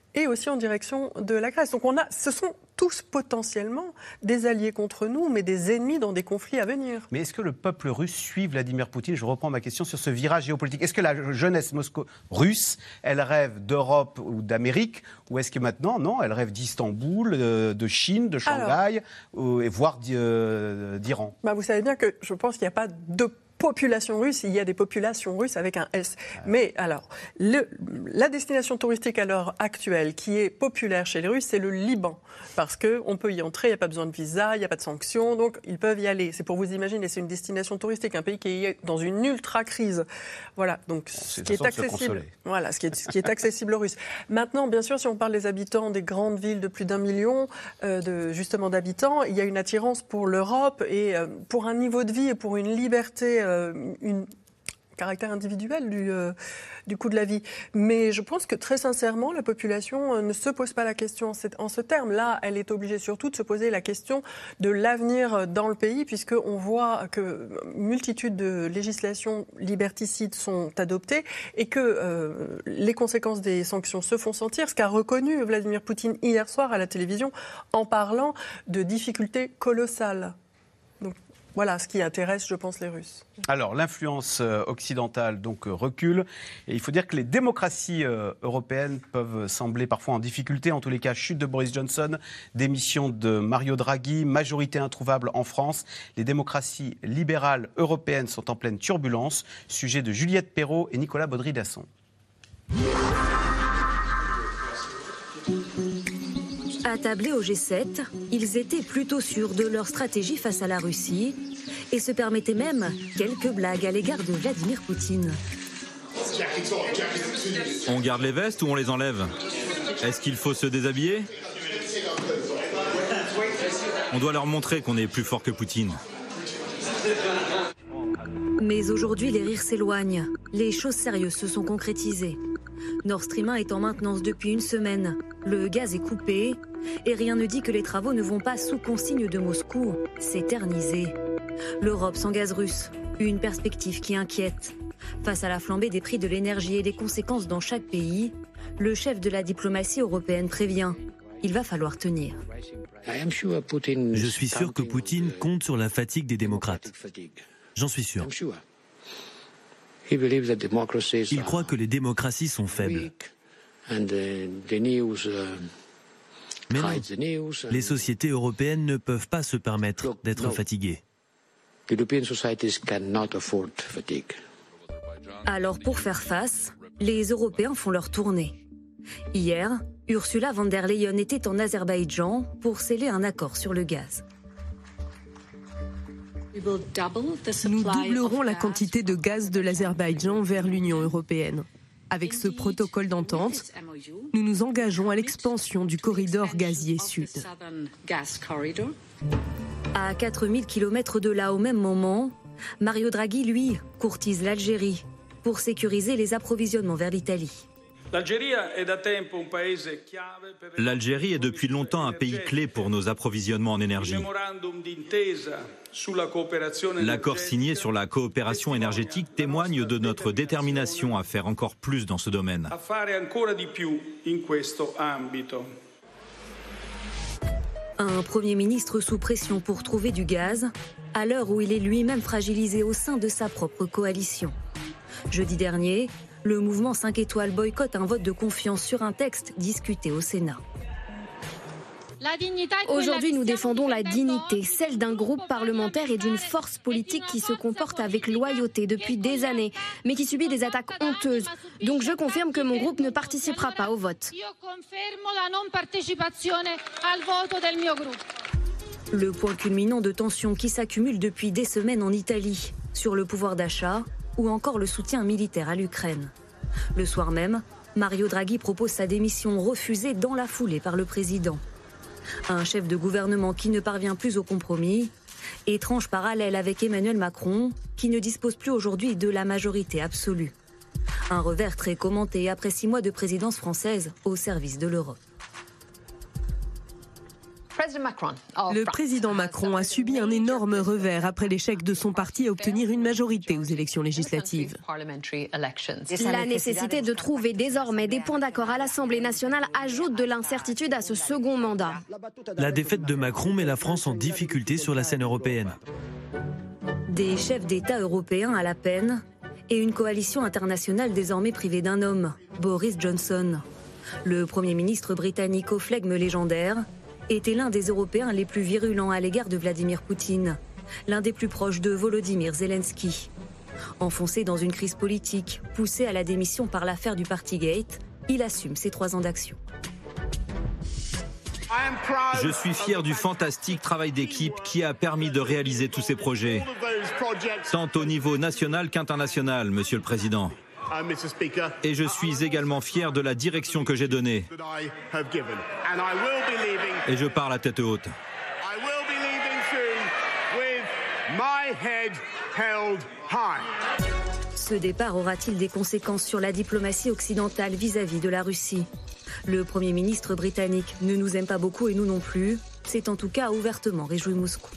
et aussi en direction de la Grèce. Donc on a, ce sont tous potentiellement des alliés contre nous, mais des ennemis dans des conflits à venir. Mais est-ce que le peuple russe suit Vladimir Poutine? Je reprends ma question sur ce virage géopolitique. Est-ce que la jeunesse moscou- russe, elle rêve d'Europe ou d'Amérique, ou est-ce que maintenant, non, elle rêve d'Istanbul, euh, de Chine, de Shanghai, ou, et voire d'I- euh, d'Iran? Bah vous savez bien que je pense qu'il n'y a pas de population russe, il y a des populations russes avec un S. Mais alors, le, la destination touristique à l'heure actuelle qui est populaire chez les Russes, c'est le Liban. Parce qu'on peut y entrer, il n'y a pas besoin de visa, il n'y a pas de sanctions, donc ils peuvent y aller. C'est pour vous imaginer, c'est une destination touristique, un pays qui est dans une ultra-crise. Voilà, donc bon, ce qui est accessible. Voilà, ce qui est, ce qui est accessible aux Russes. Maintenant, bien sûr, si on parle des habitants des grandes villes de plus d'un million, euh, de, justement d'habitants, il y a une attirance pour l'Europe et euh, pour un niveau de vie et pour une liberté, euh, une caractère individuel du, euh, du coût de la vie. Mais je pense que très sincèrement, la population euh, ne se pose pas la question en, cette, en ce terme. Là, elle est obligée surtout de se poser la question de l'avenir dans le pays, puisqu'on voit que multitude de législations liberticides sont adoptées et que euh, les conséquences des sanctions se font sentir, ce qu'a reconnu Vladimir Poutine hier soir à la télévision en parlant de difficultés colossales. Donc, voilà ce qui intéresse, je pense, les Russes. Alors, l'influence occidentale donc recule. Et il faut dire que les démocraties euh, européennes peuvent sembler parfois en difficulté. En tous les cas, chute de Boris Johnson, démission de Mario Draghi, majorité introuvable en France. Les démocraties libérales européennes sont en pleine turbulence. Sujet de Juliette Perrault et Nicolas Baudry-Dasson. Attablés au G sept, ils étaient plutôt sûrs de leur stratégie face à la Russie et se permettaient même quelques blagues à l'égard de Vladimir Poutine. On garde les vestes ou on les enlève? Est-ce qu'il faut se déshabiller? On doit leur montrer qu'on est plus fort que Poutine. Mais aujourd'hui, les rires s'éloignent. Les choses sérieuses se sont concrétisées. Nord Stream un est en maintenance depuis une semaine. Le gaz est coupé et rien ne dit que les travaux ne vont pas, sous consigne de Moscou, s'éterniser. L'Europe sans gaz russe, une perspective qui inquiète. Face à la flambée des prix de l'énergie et des conséquences dans chaque pays, le chef de la diplomatie européenne prévient. Il va falloir tenir. Je suis sûr que Poutine compte sur la fatigue des démocrates. J'en suis sûr. Il croit que les démocraties sont faibles. Mais non, les sociétés européennes ne peuvent pas se permettre d'être fatiguées. Alors pour faire face, les Européens font leur tournée. Hier, Ursula von der Leyen était en Azerbaïdjan pour sceller un accord sur le gaz. Nous doublerons la quantité de gaz de l'Azerbaïdjan vers l'Union européenne. Avec ce protocole d'entente, nous nous engageons à l'expansion du corridor gazier sud. À quatre mille kilomètres de là, au même moment, Mario Draghi, lui, courtise l'Algérie pour sécuriser les approvisionnements vers l'Italie. L'Algérie est depuis longtemps un pays clé pour nos approvisionnements en énergie. L'accord signé sur la coopération énergétique témoigne de notre détermination à faire encore plus dans ce domaine. Un Premier ministre sous pression pour trouver du gaz, à l'heure où il est lui-même fragilisé au sein de sa propre coalition. Jeudi dernier, le mouvement cinq étoiles boycotte un vote de confiance sur un texte discuté au Sénat. Aujourd'hui, nous défendons la dignité, celle d'un groupe parlementaire et d'une force politique qui se comporte avec loyauté depuis des années, mais qui subit des attaques honteuses. Donc je confirme que mon groupe ne participera pas au vote. Le point culminant de tensions qui s'accumulent depuis des semaines en Italie, sur le pouvoir d'achat ou encore le soutien militaire à l'Ukraine. Le soir même, Mario Draghi propose sa démission refusée dans la foulée par le président. Un chef de gouvernement qui ne parvient plus au compromis, étrange parallèle avec Emmanuel Macron, qui ne dispose plus aujourd'hui de la majorité absolue. Un revers très commenté après six mois de présidence française au service de l'Europe. Le président Macron a subi un énorme revers après l'échec de son parti à obtenir une majorité aux élections législatives. La nécessité de trouver désormais des points d'accord à l'Assemblée nationale ajoute de l'incertitude à ce second mandat. La défaite de Macron met la France en difficulté sur la scène européenne. Des chefs d'État européens à la peine et une coalition internationale désormais privée d'un homme, Boris Johnson. Le Premier ministre britannique au flegme légendaire était l'un des Européens les plus virulents à l'égard de Vladimir Poutine, l'un des plus proches de Volodymyr Zelensky. Enfoncé dans une crise politique, poussé à la démission par l'affaire du Partygate, il assume ses trois ans d'action. Je suis fier du fantastique travail d'équipe qui a permis de réaliser tous ces projets, tant au niveau national qu'international, Monsieur le Président. Et je suis également fier de la direction que j'ai donnée. Et je pars la tête haute. Ce départ aura-t-il des conséquences sur la diplomatie occidentale vis-à-vis de la Russie ? Le Premier ministre britannique ne nous aime pas beaucoup et nous non plus. C'est en tout cas ouvertement réjoui Moscou.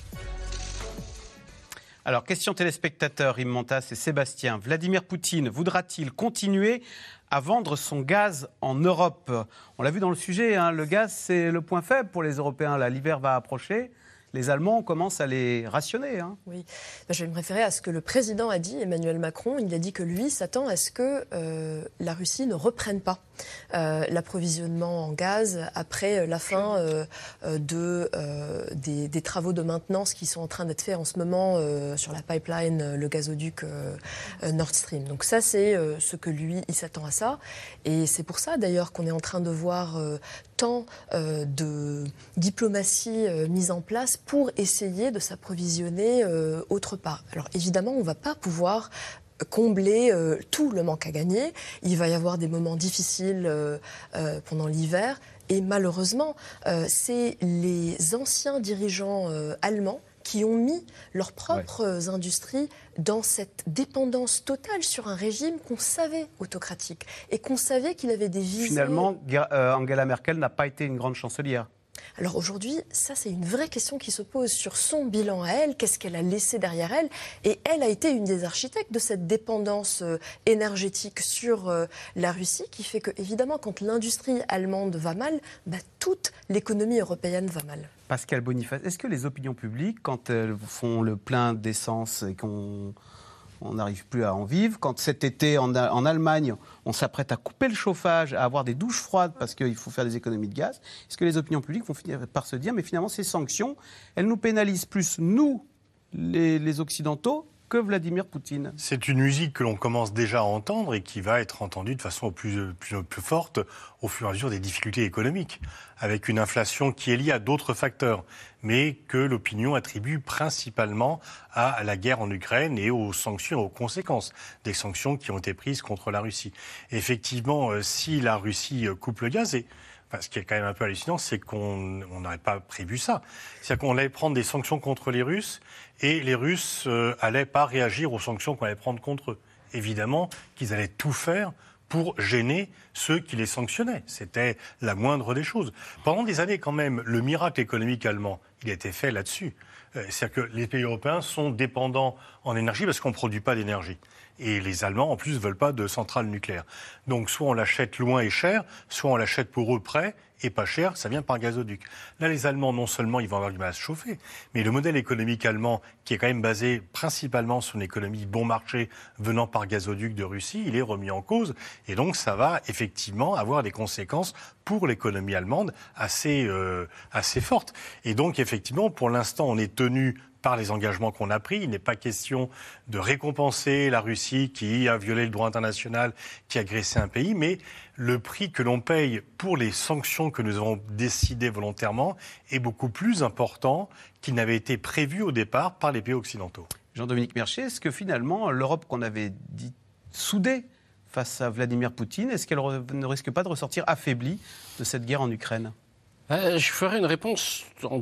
Alors, question téléspectateur, Imontas et Sébastien. Vladimir Poutine voudra-t-il continuer à vendre son gaz en Europe ? On l'a vu dans le sujet, hein, le gaz, c'est le point faible pour les Européens. Là, l'hiver va approcher. Les Allemands commencent à les rationner. Hein. Oui, je vais me référer à ce que le président a dit, Emmanuel Macron. Il a dit que lui s'attend à ce que euh, la Russie ne reprenne pas euh, l'approvisionnement en gaz après la fin euh, de, euh, des, des travaux de maintenance qui sont en train d'être faits en ce moment euh, sur la pipeline, le gazoduc euh, Nord Stream. Donc ça, c'est euh, ce que lui, il s'attend à ça. Et c'est pour ça, d'ailleurs, qu'on est en train de voir euh, tant euh, de diplomatie euh, mise en place pour essayer de s'approvisionner euh, autre part. Alors évidemment, on ne va pas pouvoir combler euh, tout le manque à gagner. Il va y avoir des moments difficiles euh, euh, pendant l'hiver. Et malheureusement, euh, c'est les anciens dirigeants euh, allemands qui ont mis leurs propres ouais. industries dans cette dépendance totale sur un régime qu'on savait autocratique et qu'on savait qu'il avait des visées... Finalement, euh, Angela Merkel n'a pas été une grande chancelière. Alors aujourd'hui, ça c'est une vraie question qui se pose sur son bilan à elle, qu'est-ce qu'elle a laissé derrière elle, et elle a été une des architectes de cette dépendance euh, énergétique sur euh, la Russie, qui fait que évidemment quand l'industrie allemande va mal, bah, toute l'économie européenne va mal. Pascal Boniface, est-ce que les opinions publiques, quand elles font le plein d'essence et qu'on on n'arrive plus à en vivre, quand cet été en, en Allemagne, on s'apprête à couper le chauffage, à avoir des douches froides parce qu'il faut faire des économies de gaz, est-ce que les opinions publiques vont finir par se dire, mais finalement ces sanctions, elles nous pénalisent plus, nous, les, les Occidentaux, que Vladimir Poutine? C'est une musique que l'on commence déjà à entendre et qui va être entendue de façon plus, plus, plus forte au fur et à mesure des difficultés économiques, avec une inflation qui est liée à d'autres facteurs, mais que l'opinion attribue principalement à la guerre en Ukraine et aux sanctions, aux conséquences des sanctions qui ont été prises contre la Russie. Effectivement, si la Russie coupe le gaz, et enfin, ce qui est quand même un peu hallucinant, c'est qu'on n'avait pas prévu ça. C'est-à-dire qu'on allait prendre des sanctions contre les Russes et les Russes euh, allaient pas réagir aux sanctions qu'on allait prendre contre eux. Évidemment qu'ils allaient tout faire pour gêner ceux qui les sanctionnaient. C'était la moindre des choses. Pendant des années, quand même, le miracle économique allemand, il a été fait là-dessus. Euh, c'est-à-dire que les pays européens sont dépendants en énergie parce qu'on ne produit pas d'énergie. Et les Allemands, en plus, ne veulent pas de centrales nucléaires. Donc, soit on l'achète loin et cher, soit on l'achète pour eux près et pas cher, ça vient par gazoduc. Là, les Allemands, non seulement ils vont avoir du mal à se chauffer, mais le modèle économique allemand, qui est quand même basé principalement sur une économie bon marché venant par gazoduc de Russie, il est remis en cause. Et donc, ça va effectivement avoir des conséquences pour l'économie allemande assez, euh, assez fortes. Et donc, effectivement, pour l'instant, on est tenu par les engagements qu'on a pris. Il n'est pas question de récompenser la Russie qui a violé le droit international, qui a agressé un pays, mais le prix que l'on paye pour les sanctions que nous avons décidées volontairement est beaucoup plus important qu'il n'avait été prévu au départ par les pays occidentaux. Jean-Dominique Mercier, est-ce que finalement l'Europe qu'on avait dit soudée face à Vladimir Poutine, est-ce qu'elle ne risque pas de ressortir affaiblie de cette guerre en Ukraine ? Euh, je ferai une réponse en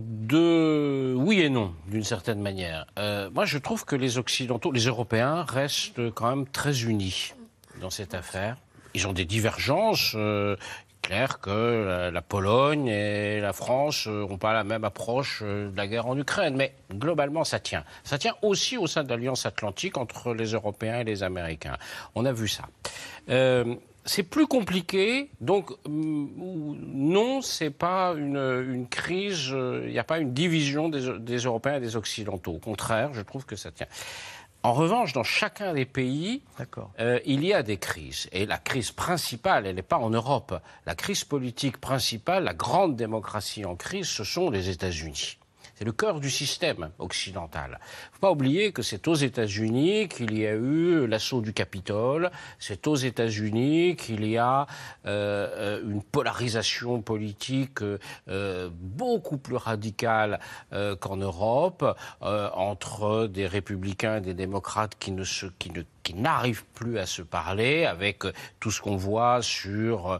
deux oui et non, d'une certaine manière. Euh, moi, je trouve que les Occidentaux, les Européens, restent quand même très unis dans cette affaire. Ils ont des divergences euh, clair que la, la Pologne et la France n'ont pas la même approche de la guerre en Ukraine. Mais globalement, ça tient. Ça tient aussi au sein de l'Alliance Atlantique entre les Européens et les Américains. On a vu ça. Euh, C'est plus compliqué, donc non, c'est pas une, une crise, il n'y a pas une division des, des Européens et des Occidentaux. Au contraire, je trouve que ça tient. En revanche, dans chacun des pays, euh, il y a des crises. Et la crise principale, elle n'est pas en Europe. La crise politique principale, la grande démocratie en crise, ce sont les États-Unis. C'est le cœur du système occidental. Il ne faut pas oublier que c'est aux États-Unis qu'il y a eu l'assaut du Capitole, c'est aux États-Unis qu'il y a euh, une polarisation politique euh, beaucoup plus radicale euh, qu'en Europe, euh, entre des républicains et des démocrates qui ne se, qui ne qui n'arrivent plus à se parler, avec tout ce qu'on voit sur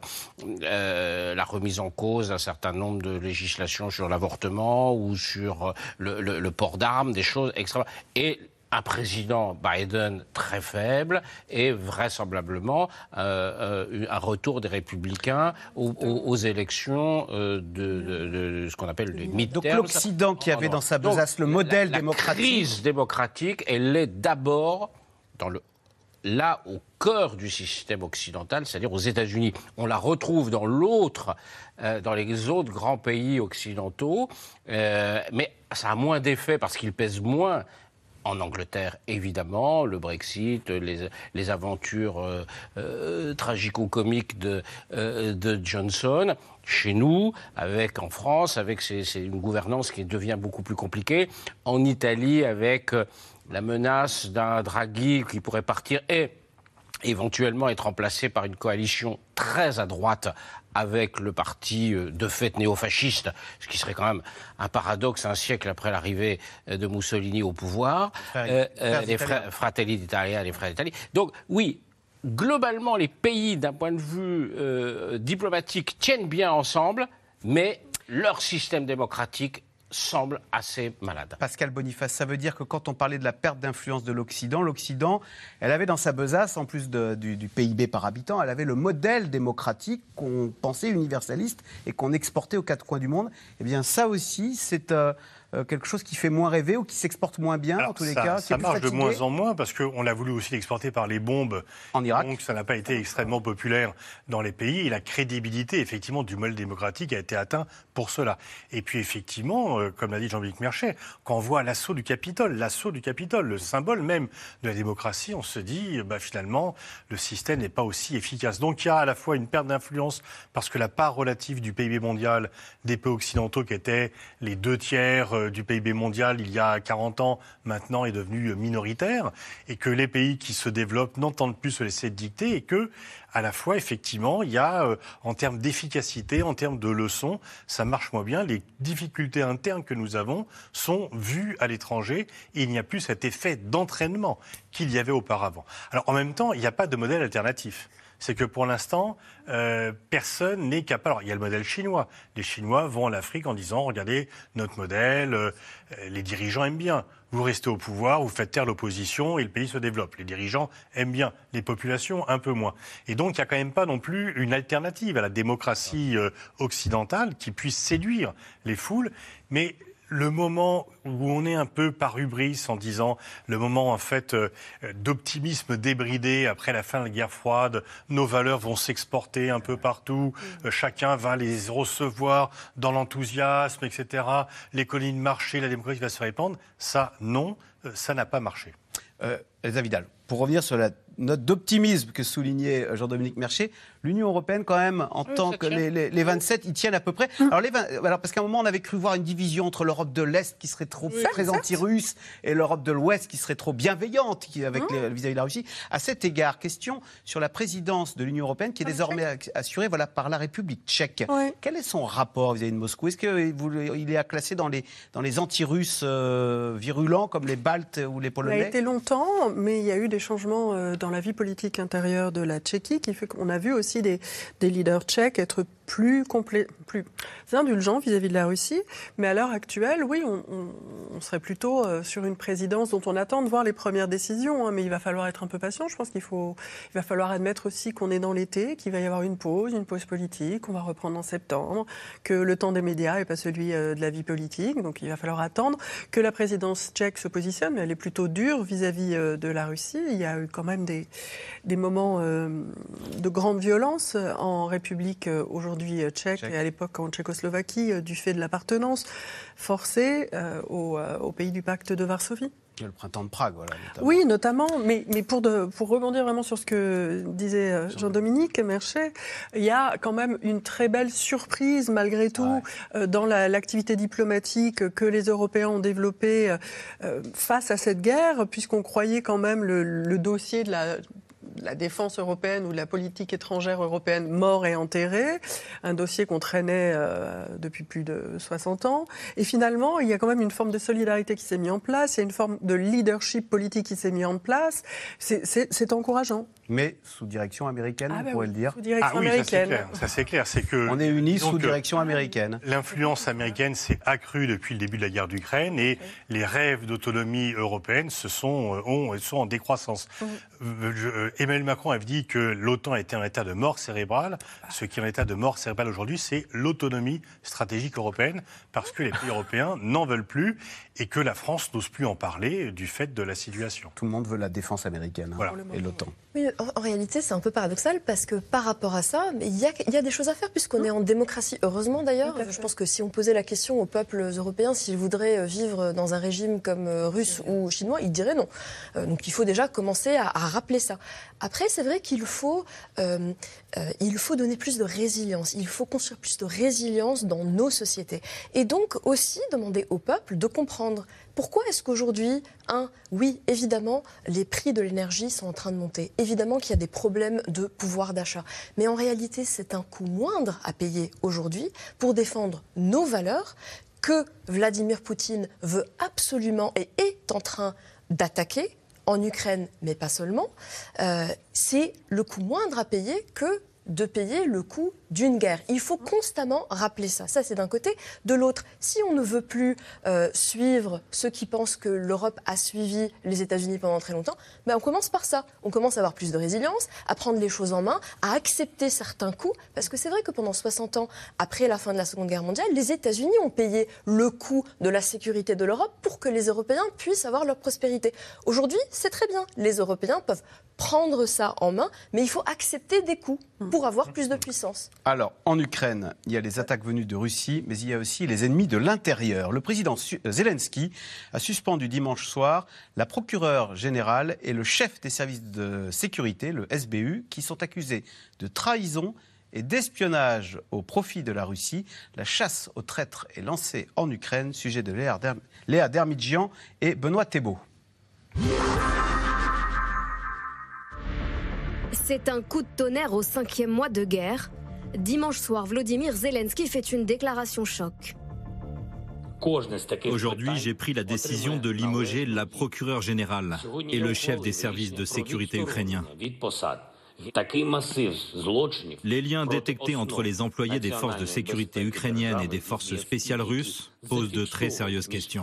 euh, la remise en cause d'un certain nombre de législations sur l'avortement ou sur le, le, le port d'armes, des choses extrêmement... Et un président Biden très faible et vraisemblablement euh, euh, un retour des républicains aux, aux, aux élections euh, de, de, de, de ce qu'on appelle les midterms. Donc l'Occident qui avait dans sa besace le modèle la, la démocratique... La crise démocratique, elle est d'abord dans le... là, au cœur du système occidental, c'est-à-dire aux États-Unis. On la retrouve dans l'autre, euh, dans les autres grands pays occidentaux, euh, mais ça a moins d'effet parce qu'ils pèsent moins. En Angleterre, évidemment, le Brexit, les, les aventures euh, euh, tragico-comiques de, euh, de Johnson. Chez nous, avec en France, avec c'est, c'est une gouvernance qui devient beaucoup plus compliquée. En Italie, avec euh, la menace d'un Draghi qui pourrait partir et éventuellement être remplacé par une coalition très à droite avec le parti de fait néofasciste, ce qui serait quand même un paradoxe un siècle après l'arrivée de Mussolini au pouvoir, frères, euh, euh, les frères, Fratelli d'Italia, les frères d'Italie. Donc oui, globalement, les pays, d'un point de vue euh, diplomatique, tiennent bien ensemble, mais leur système démocratique semble assez malade. Pascal Boniface, ça veut dire que quand on parlait de la perte d'influence de l'Occident, l'Occident, elle avait dans sa besace, en plus de, du, du P I B par habitant, elle avait le modèle démocratique qu'on pensait universaliste et qu'on exportait aux quatre coins du monde. Eh bien ça aussi, c'est... Euh, Euh, quelque chose qui fait moins rêver ou qui s'exporte moins bien. Alors, en tous les ça, cas. Ça marche de moins en moins parce qu'on l'a voulu aussi l'exporter par les bombes. En Irak. Donc ça n'a pas été extrêmement populaire dans les pays. Et la crédibilité, effectivement, du modèle démocratique a été atteinte pour cela. Et puis, effectivement, euh, comme l'a dit Jean-Luc Merchet, quand on voit l'assaut du Capitole, l'assaut du Capitole, le symbole même de la démocratie, on se dit, bah, finalement, le système n'est pas aussi efficace. Donc il y a à la fois une perte d'influence parce que la part relative du P I B mondial des pays occidentaux qui étaient les deux tiers du P I B mondial il y a quarante ans, maintenant est devenu minoritaire, et que les pays qui se développent n'entendent plus se laisser dicter, et que, à la fois, effectivement, il y a, euh, en termes d'efficacité, en termes de leçons, ça marche moins bien. Les difficultés internes que nous avons sont vues à l'étranger, et il n'y a plus cet effet d'entraînement qu'il y avait auparavant. Alors, en même temps, il n'y a pas de modèle alternatif. C'est que pour l'instant, euh, personne n'est capable... Alors, il y a le modèle chinois. Les Chinois vont en Afrique en disant, regardez, notre modèle, euh, les dirigeants aiment bien. Vous restez au pouvoir, vous faites taire l'opposition et le pays se développe. Les dirigeants aiment bien, les populations un peu moins. Et donc, il n'y a quand même pas non plus une alternative à la démocratie euh, occidentale qui puisse séduire les foules. Mais... le moment où on est un peu par hubris en disant le moment en fait euh, d'optimisme débridé après la fin de la guerre froide, nos valeurs vont s'exporter un peu partout, euh, chacun va les recevoir dans l'enthousiasme, et cetera. L'économie de marché, la démocratie va se répandre. Ça, non, euh, ça n'a pas marché. Euh, Elsa Vidal, pour revenir sur la note d'optimisme que soulignait Jean-Dominique Merchet, l'Union européenne, quand même, en oui, tant que les, les, les vingt-sept, ils tiennent à peu près. Alors, les vingt, alors, parce qu'à un moment, on avait cru voir une division entre l'Europe de l'Est qui serait trop oui, très anti-russe et l'Europe de l'Ouest qui serait trop bienveillante qui, avec mmh. les, vis-à-vis de la Russie. À cet égard, question sur la présidence de l'Union européenne qui est désormais assurée voilà, par la République tchèque. Oui. Quel est son rapport vis-à-vis de Moscou ? Est-ce qu'il est classé dans les, dans les anti-russes euh, virulents comme les Baltes ou les Polonais ? Il a été longtemps, mais il y a eu des changements euh, dans dans la vie politique intérieure de la Tchéquie qui fait qu'on a vu aussi des, des leaders tchèques être plus, complé- plus indulgents vis-à-vis de la Russie. Mais à l'heure actuelle, oui, on, on, on serait plutôt euh, sur une présidence dont on attend de voir les premières décisions. Hein, mais il va falloir être un peu patient. Je pense qu'il faut, il va falloir admettre aussi qu'on est dans l'été, qu'il va y avoir une pause, une pause politique, qu'on va reprendre en septembre, que le temps des médias n'est pas celui euh, de la vie politique. Donc il va falloir attendre que la présidence tchèque se positionne. Mais elle est plutôt dure vis-à-vis euh, de la Russie. Il y a eu quand même des, des moments euh, de grande violence en République euh, aujourd'hui tchèque et à l'époque en Tchécoslovaquie euh, du fait de l'appartenance forcée euh, au, euh, au pays du pacte de Varsovie. Il y a le printemps de Prague, voilà. Notamment. Oui, notamment, mais, mais pour, de, pour rebondir vraiment sur ce que disait euh, Jean-Dominique Merchet, il y a quand même une très belle surprise, malgré tout, ouais. euh, dans la, l'activité diplomatique que les Européens ont développée euh, face à cette guerre, puisqu'on croyait quand même le, le dossier de la... la défense européenne ou de la politique étrangère européenne mort et enterré, un dossier qu'on traînait euh, depuis plus de soixante ans. Et finalement, il y a quand même une forme de solidarité qui s'est mise en place, il y a une forme de leadership politique qui s'est mise en place. C'est, c'est, c'est encourageant. Mais sous direction américaine, ah on ben pourrait oui, le dire. Sous direction ah oui, américaine. Ça c'est clair. Ça, c'est, clair. C'est que, on est unis sous direction américaine. L'influence américaine s'est accrue depuis le début de la guerre d'Ukraine et okay. les rêves d'autonomie européenne se sont, ont, sont en décroissance. Mmh. Je, Emmanuel Macron avait dit que l'OTAN était en état de mort cérébrale. Ce qui est en état de mort cérébrale aujourd'hui, c'est l'autonomie stratégique européenne, parce que les pays européens n'en veulent plus et que la France n'ose plus en parler du fait de la situation. Tout le monde veut la défense américaine hein, voilà. et l'OTAN. Oui, en, en réalité, c'est un peu paradoxal parce que par rapport à ça, il y a, il y a des choses à faire puisqu'on est en démocratie. Heureusement d'ailleurs, je pense que si on posait la question aux peuples européens s'ils voudraient vivre dans un régime comme russe ou chinois, ils diraient non. Euh, donc il faut déjà commencer à, à rappeler ça. Après, c'est vrai qu'il faut, euh, euh, il faut donner plus de résilience. Il faut construire plus de résilience dans nos sociétés. Et donc aussi demander au peuple de comprendre pourquoi est-ce qu'aujourd'hui, un, oui, évidemment, les prix de l'énergie sont en train de monter. Évidemment qu'il y a des problèmes de pouvoir d'achat. Mais en réalité, c'est un coût moindre à payer aujourd'hui pour défendre nos valeurs que Vladimir Poutine veut absolument et est en train d'attaquer en Ukraine, mais pas seulement. Euh, c'est le coût moindre à payer que de payer le coût d'une guerre. Il faut constamment rappeler ça. Ça, c'est d'un côté. De l'autre, si on ne veut plus euh, suivre ceux qui pensent que l'Europe a suivi les États-Unis pendant très longtemps, ben on commence par ça. On commence à avoir plus de résilience, à prendre les choses en main, à accepter certains coûts. Parce que c'est vrai que pendant soixante ans, après la fin de la Seconde Guerre mondiale, les États-Unis ont payé le coût de la sécurité de l'Europe pour que les Européens puissent avoir leur prospérité. Aujourd'hui, c'est très bien. Les Européens peuvent prendre ça en main, mais il faut accepter des coûts pour avoir plus de puissance. Alors, en Ukraine, il y a les attaques venues de Russie, mais il y a aussi les ennemis de l'intérieur. Le président Zelensky a suspendu dimanche soir la procureure générale et le chef des services de sécurité, le S B U, qui sont accusés de trahison et d'espionnage au profit de la Russie. La chasse aux traîtres est lancée en Ukraine, sujet de Léa, Derm- Léa Dermidjian et Benoît Thébault. C'est un coup de tonnerre au cinquième mois de guerre. Dimanche soir, Volodymyr Zelensky fait une déclaration choc. Aujourd'hui, j'ai pris la décision de limoger la procureure générale et le chef des services de sécurité ukrainiens. Les liens détectés entre les employés des forces de sécurité ukrainiennes et des forces spéciales russes posent de très sérieuses questions.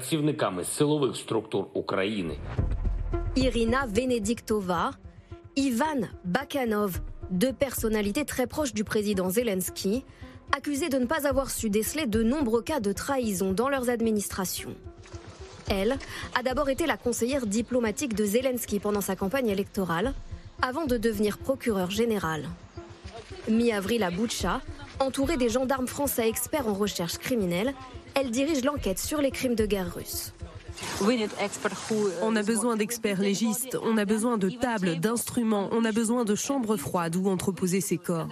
Irina Venediktova, Ivan Bakanov, deux personnalités très proches du président Zelensky, accusées de ne pas avoir su déceler de nombreux cas de trahison dans leurs administrations. Elle a d'abord été la conseillère diplomatique de Zelensky pendant sa campagne électorale, avant de devenir procureure générale. Mi-avril à Boutcha, entourée des gendarmes français experts en recherche criminelle, elle dirige l'enquête sur les crimes de guerre russes. On a besoin d'experts légistes, on a besoin de tables, d'instruments, on a besoin de chambres froides où entreposer ces corps.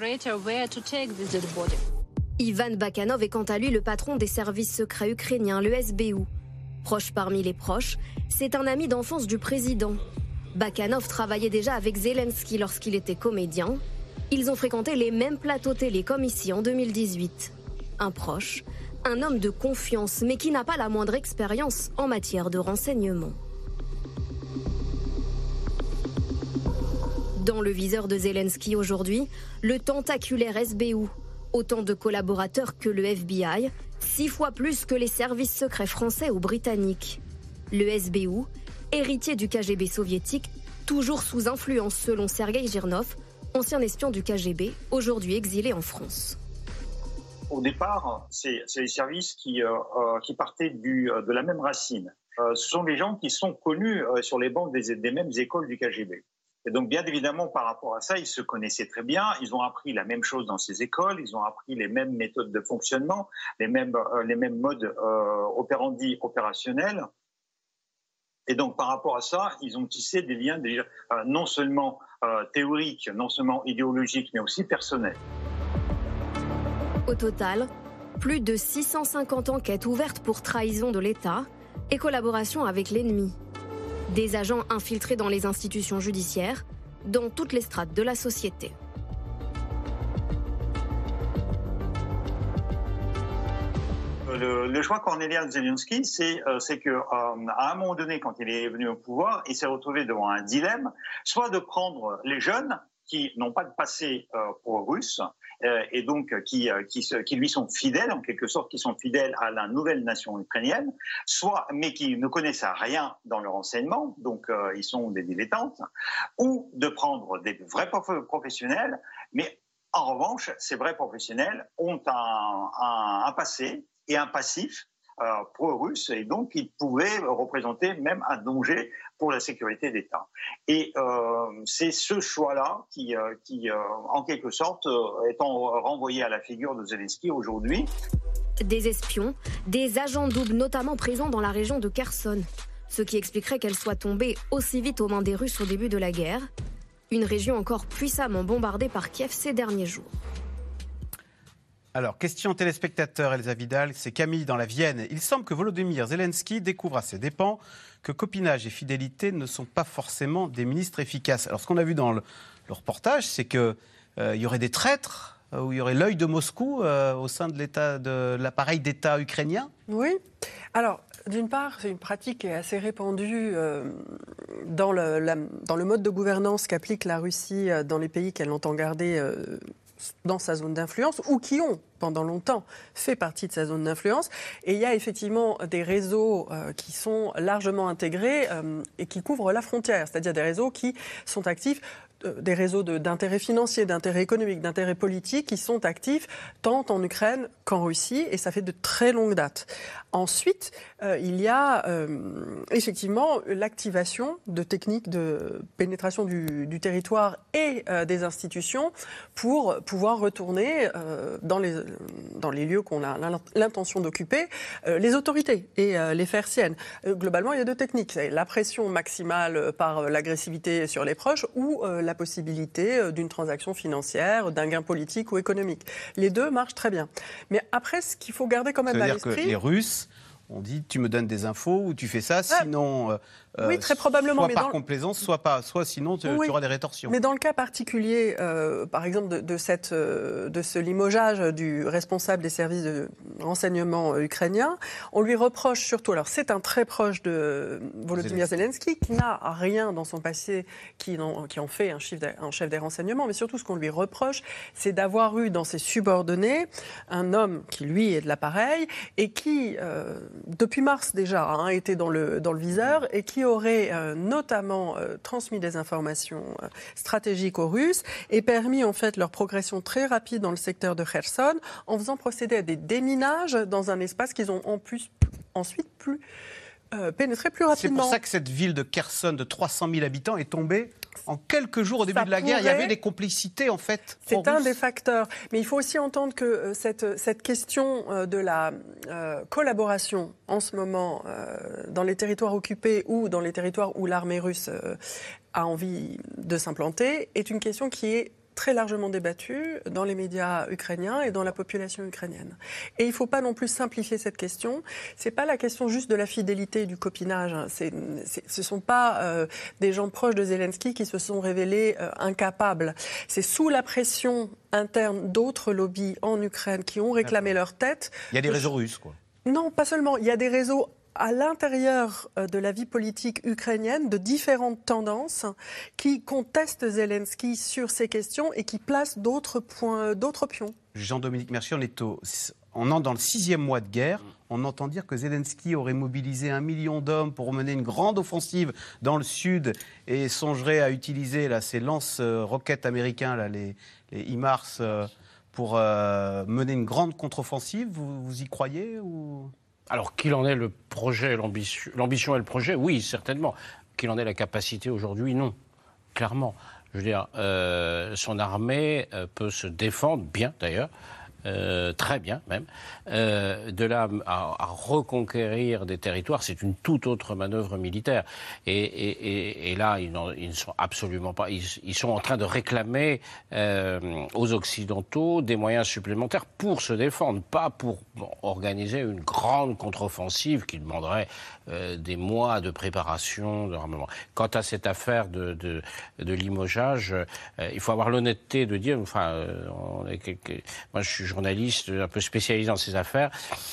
Ivan Bakanov est quant à lui le patron des services secrets ukrainiens, le S B U. Proche parmi les proches, c'est un ami d'enfance du président. Bakanov travaillait déjà avec Zelensky lorsqu'il était comédien. Ils ont fréquenté les mêmes plateaux télé comme ici en deux mille dix-huit. Un proche, un homme de confiance, mais qui n'a pas la moindre expérience en matière de renseignement. Dans le viseur de Zelensky aujourd'hui, le tentaculaire S B U. Autant de collaborateurs que le F B I, six fois plus que les services secrets français ou britanniques. Le S B U, héritier du K G B soviétique, toujours sous influence selon Sergueï Girnov, ancien espion du K G B, aujourd'hui exilé en France. Au départ, c'est les services qui, euh, qui partaient du, de la même racine. Euh, ce sont des gens qui sont connus euh, sur les bancs des, des mêmes écoles du K G B. Et donc, bien évidemment, par rapport à ça, ils se connaissaient très bien. Ils ont appris la même chose dans ces écoles. Ils ont appris les mêmes méthodes de fonctionnement, les mêmes, euh, les mêmes modes euh, opérandi opérationnels. Et donc, par rapport à ça, ils ont tissé des liens déjà, euh, non seulement euh, théoriques, non seulement idéologiques, mais aussi personnels. Au total, plus de six cent cinquante enquêtes ouvertes pour trahison de l'État et collaboration avec l'ennemi. Des agents infiltrés dans les institutions judiciaires, dans toutes les strates de la société. Le, le choix Cornélien Zelensky, c'est euh, que euh, à un moment donné, quand il est venu au pouvoir, il s'est retrouvé devant un dilemme, soit de prendre les jeunes qui n'ont pas de passé euh, pro-russe euh, et donc qui, euh, qui, qui lui sont fidèles, en quelque sorte, qui sont fidèles à la nouvelle nation ukrainienne, soit, mais qui ne connaissent rien dans le renseignement, donc euh, ils sont des dilettantes, ou de prendre des vrais professionnels, mais en revanche, ces vrais professionnels ont un, un, un passé et un passif euh, pro-russe, et donc ils pouvaient représenter même un danger pour la sécurité d'État. Et euh, c'est ce choix-là qui, euh, qui euh, en quelque sorte, euh, est renvoyé à la figure de Zelensky aujourd'hui. Des espions, des agents doubles notamment présents dans la région de Kherson, ce qui expliquerait qu'elle soit tombée aussi vite aux mains des Russes au début de la guerre, une région encore puissamment bombardée par Kiev ces derniers jours. Alors, question téléspectateur, Elsa Vidal, c'est Camille dans la Vienne. Il semble que Volodymyr Zelensky découvre à ses dépens que copinage et fidélité ne sont pas forcément des ministres efficaces. Alors, ce qu'on a vu dans le, le reportage, c'est qu'il euh, y aurait des traîtres, euh, où il y aurait l'œil de Moscou euh, au sein de l'état de l'appareil d'État ukrainien. Oui. Alors, d'une part, c'est une pratique qui est assez répandue euh, dans, le, la, dans le mode de gouvernance qu'applique la Russie euh, dans les pays qu'elle entend garder euh, dans sa zone d'influence ou qui ont, pendant longtemps, fait partie de sa zone d'influence. Et il y a effectivement des réseaux euh, qui sont largement intégrés euh, et qui couvrent la frontière, c'est-à-dire des réseaux qui sont actifs, euh, des réseaux d'intérêts financiers, d'intérêts économiques, d'intérêts politiques qui sont actifs tant en Ukraine qu'en Russie, et ça fait de très longues dates. Ensuite, euh, il y a euh, effectivement l'activation de techniques de pénétration du, du territoire et euh, des institutions pour pouvoir retourner euh, dans, les, dans les lieux qu'on a l'intention d'occuper, euh, les autorités et euh, les faire siennes. Euh, globalement, il y a deux techniques. C'est la pression maximale par l'agressivité sur les proches ou euh, la possibilité d'une transaction financière, d'un gain politique ou économique. Les deux marchent très bien. Mais après, ce qu'il faut garder quand même à l'esprit... C'est-à-dire que les Russes ont dit tu me donnes des infos ou tu fais ça, sinon... Euh, oui, très probablement. Soit mais par dans... complaisance, soit pas, soit sinon tu, oui. tu auras des rétorsions. Mais dans le cas particulier, euh, par exemple, de, de, cette, euh, de ce limogeage du responsable des services de renseignement ukrainien, on lui reproche surtout, alors c'est un très proche de Volodymyr Zelensky, qui n'a rien dans son passé qui en, qui en fait un chef, des, un chef des renseignements, mais surtout ce qu'on lui reproche, c'est d'avoir eu dans ses subordonnés un homme qui, lui, est de l'appareil et qui, euh, depuis mars déjà, a hein, été dans le, dans le viseur et qui aurait euh, notamment euh, transmis des informations euh, stratégiques aux Russes et permis en fait leur progression très rapide dans le secteur de Kherson en faisant procéder à des déminages dans un espace qu'ils ont en plus ensuite plus euh, pénétré plus rapidement. C'est pour ça que cette ville de Kherson de trois cent mille habitants est tombée en quelques jours au début ça de la guerre. pourrait... Il y avait des complicités en fait. C'est un des facteurs. Mais il faut aussi entendre que euh, cette, cette question euh, de la euh, collaboration en ce moment euh, dans les territoires occupés ou dans les territoires où l'armée russe euh, a envie de s'implanter est une question qui est très largement débattue dans les médias ukrainiens et dans la population ukrainienne. Et il ne faut pas non plus simplifier cette question. Ce n'est pas la question juste de la fidélité et du copinage. C'est, c'est, ce ne sont pas euh, des gens proches de Zelensky qui se sont révélés euh, incapables. C'est sous la pression interne d'autres lobbies en Ukraine qui ont réclamé leur tête. Il y a des réseaux russes, quoi. Non, pas seulement. Il y a des réseaux à l'intérieur de la vie politique ukrainienne de différentes tendances qui contestent Zelensky sur ces questions et qui placent d'autres points, d'autres pions. Jean-Dominique Mercier, on est au... On entre dans le sixième mois de guerre. On entend dire que Zelensky aurait mobilisé un million d'hommes pour mener une grande offensive dans le sud et songerait à utiliser là, ces lance-roquettes américains, là, les, les HIMARS, euh, pour euh, mener une grande contre-offensive. Vous, vous y croyez ou... Alors, qu'il en ait le projet, l'ambition, l'ambition et le projet, oui, certainement. Qu'il en ait la capacité aujourd'hui, non. Clairement. Je veux dire, euh, son armée euh, peut se défendre, bien d'ailleurs, Euh, très bien même, euh, de là à, à reconquérir des territoires, c'est une toute autre manœuvre militaire. Et, et, et, et là, ils, ils ne sont absolument pas... Ils, ils sont en train de réclamer euh, aux Occidentaux des moyens supplémentaires pour se défendre, pas pour bon, organiser une grande contre-offensive qui demanderait euh, des mois de préparation, de armement. Quant à cette affaire de, de, de limogeage, euh, il faut avoir l'honnêteté de dire... Enfin, euh, on est quelque, moi, je suis journaliste un peu spécialisé dans ces affaires,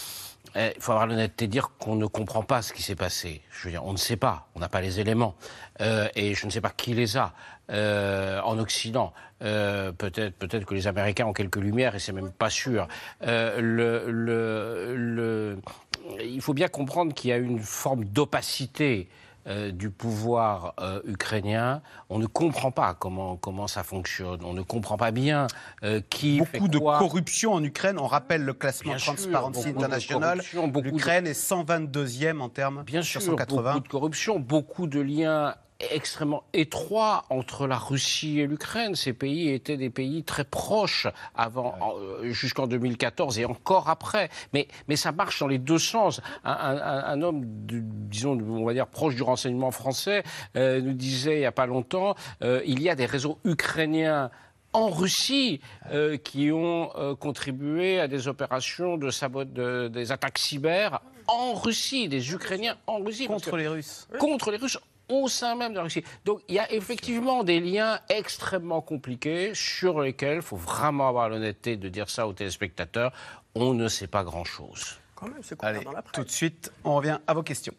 il faut avoir l'honnêteté de dire qu'on ne comprend pas ce qui s'est passé. Je veux dire, on ne sait pas, on n'a pas les éléments. Euh, et je ne sais pas qui les a euh, en Occident. Euh, peut-être, peut-être que les Américains ont quelques lumières et c'est même pas sûr. Euh, le, le, le... Il faut bien comprendre qu'il y a une forme d'opacité Euh, du pouvoir euh, ukrainien. On ne comprend pas comment, comment ça fonctionne. On ne comprend pas bien euh, qui beaucoup fait quoi. De corruption en Ukraine. On rappelle le classement bien Transparency sûr, International. L'Ukraine de... est cent vingt-deuxième en termes bien sur sûr, cent quatre-vingts. Beaucoup de corruption, beaucoup de liens extrêmement étroit entre la Russie et l'Ukraine. Ces pays étaient des pays très proches avant, euh, jusqu'en deux mille quatorze et encore après. Mais, mais ça marche dans les deux sens. Un, un, un homme, de, disons, on va dire proche du renseignement français, euh, nous disait il n'y a pas longtemps, euh, il y a des réseaux ukrainiens en Russie, euh, qui ont euh, contribué à des opérations de sabot, de, des attaques cyber en Russie, des Ukrainiens en Russie. Contre les Russes. Contre les Russes. Au sein même de la Russie. Donc il y a effectivement des liens extrêmement compliqués sur lesquels il faut vraiment avoir l'honnêteté de dire ça aux téléspectateurs. On ne sait pas grand-chose. Quand même, c'est Allez, dans la presse. Tout de suite, on revient à vos questions.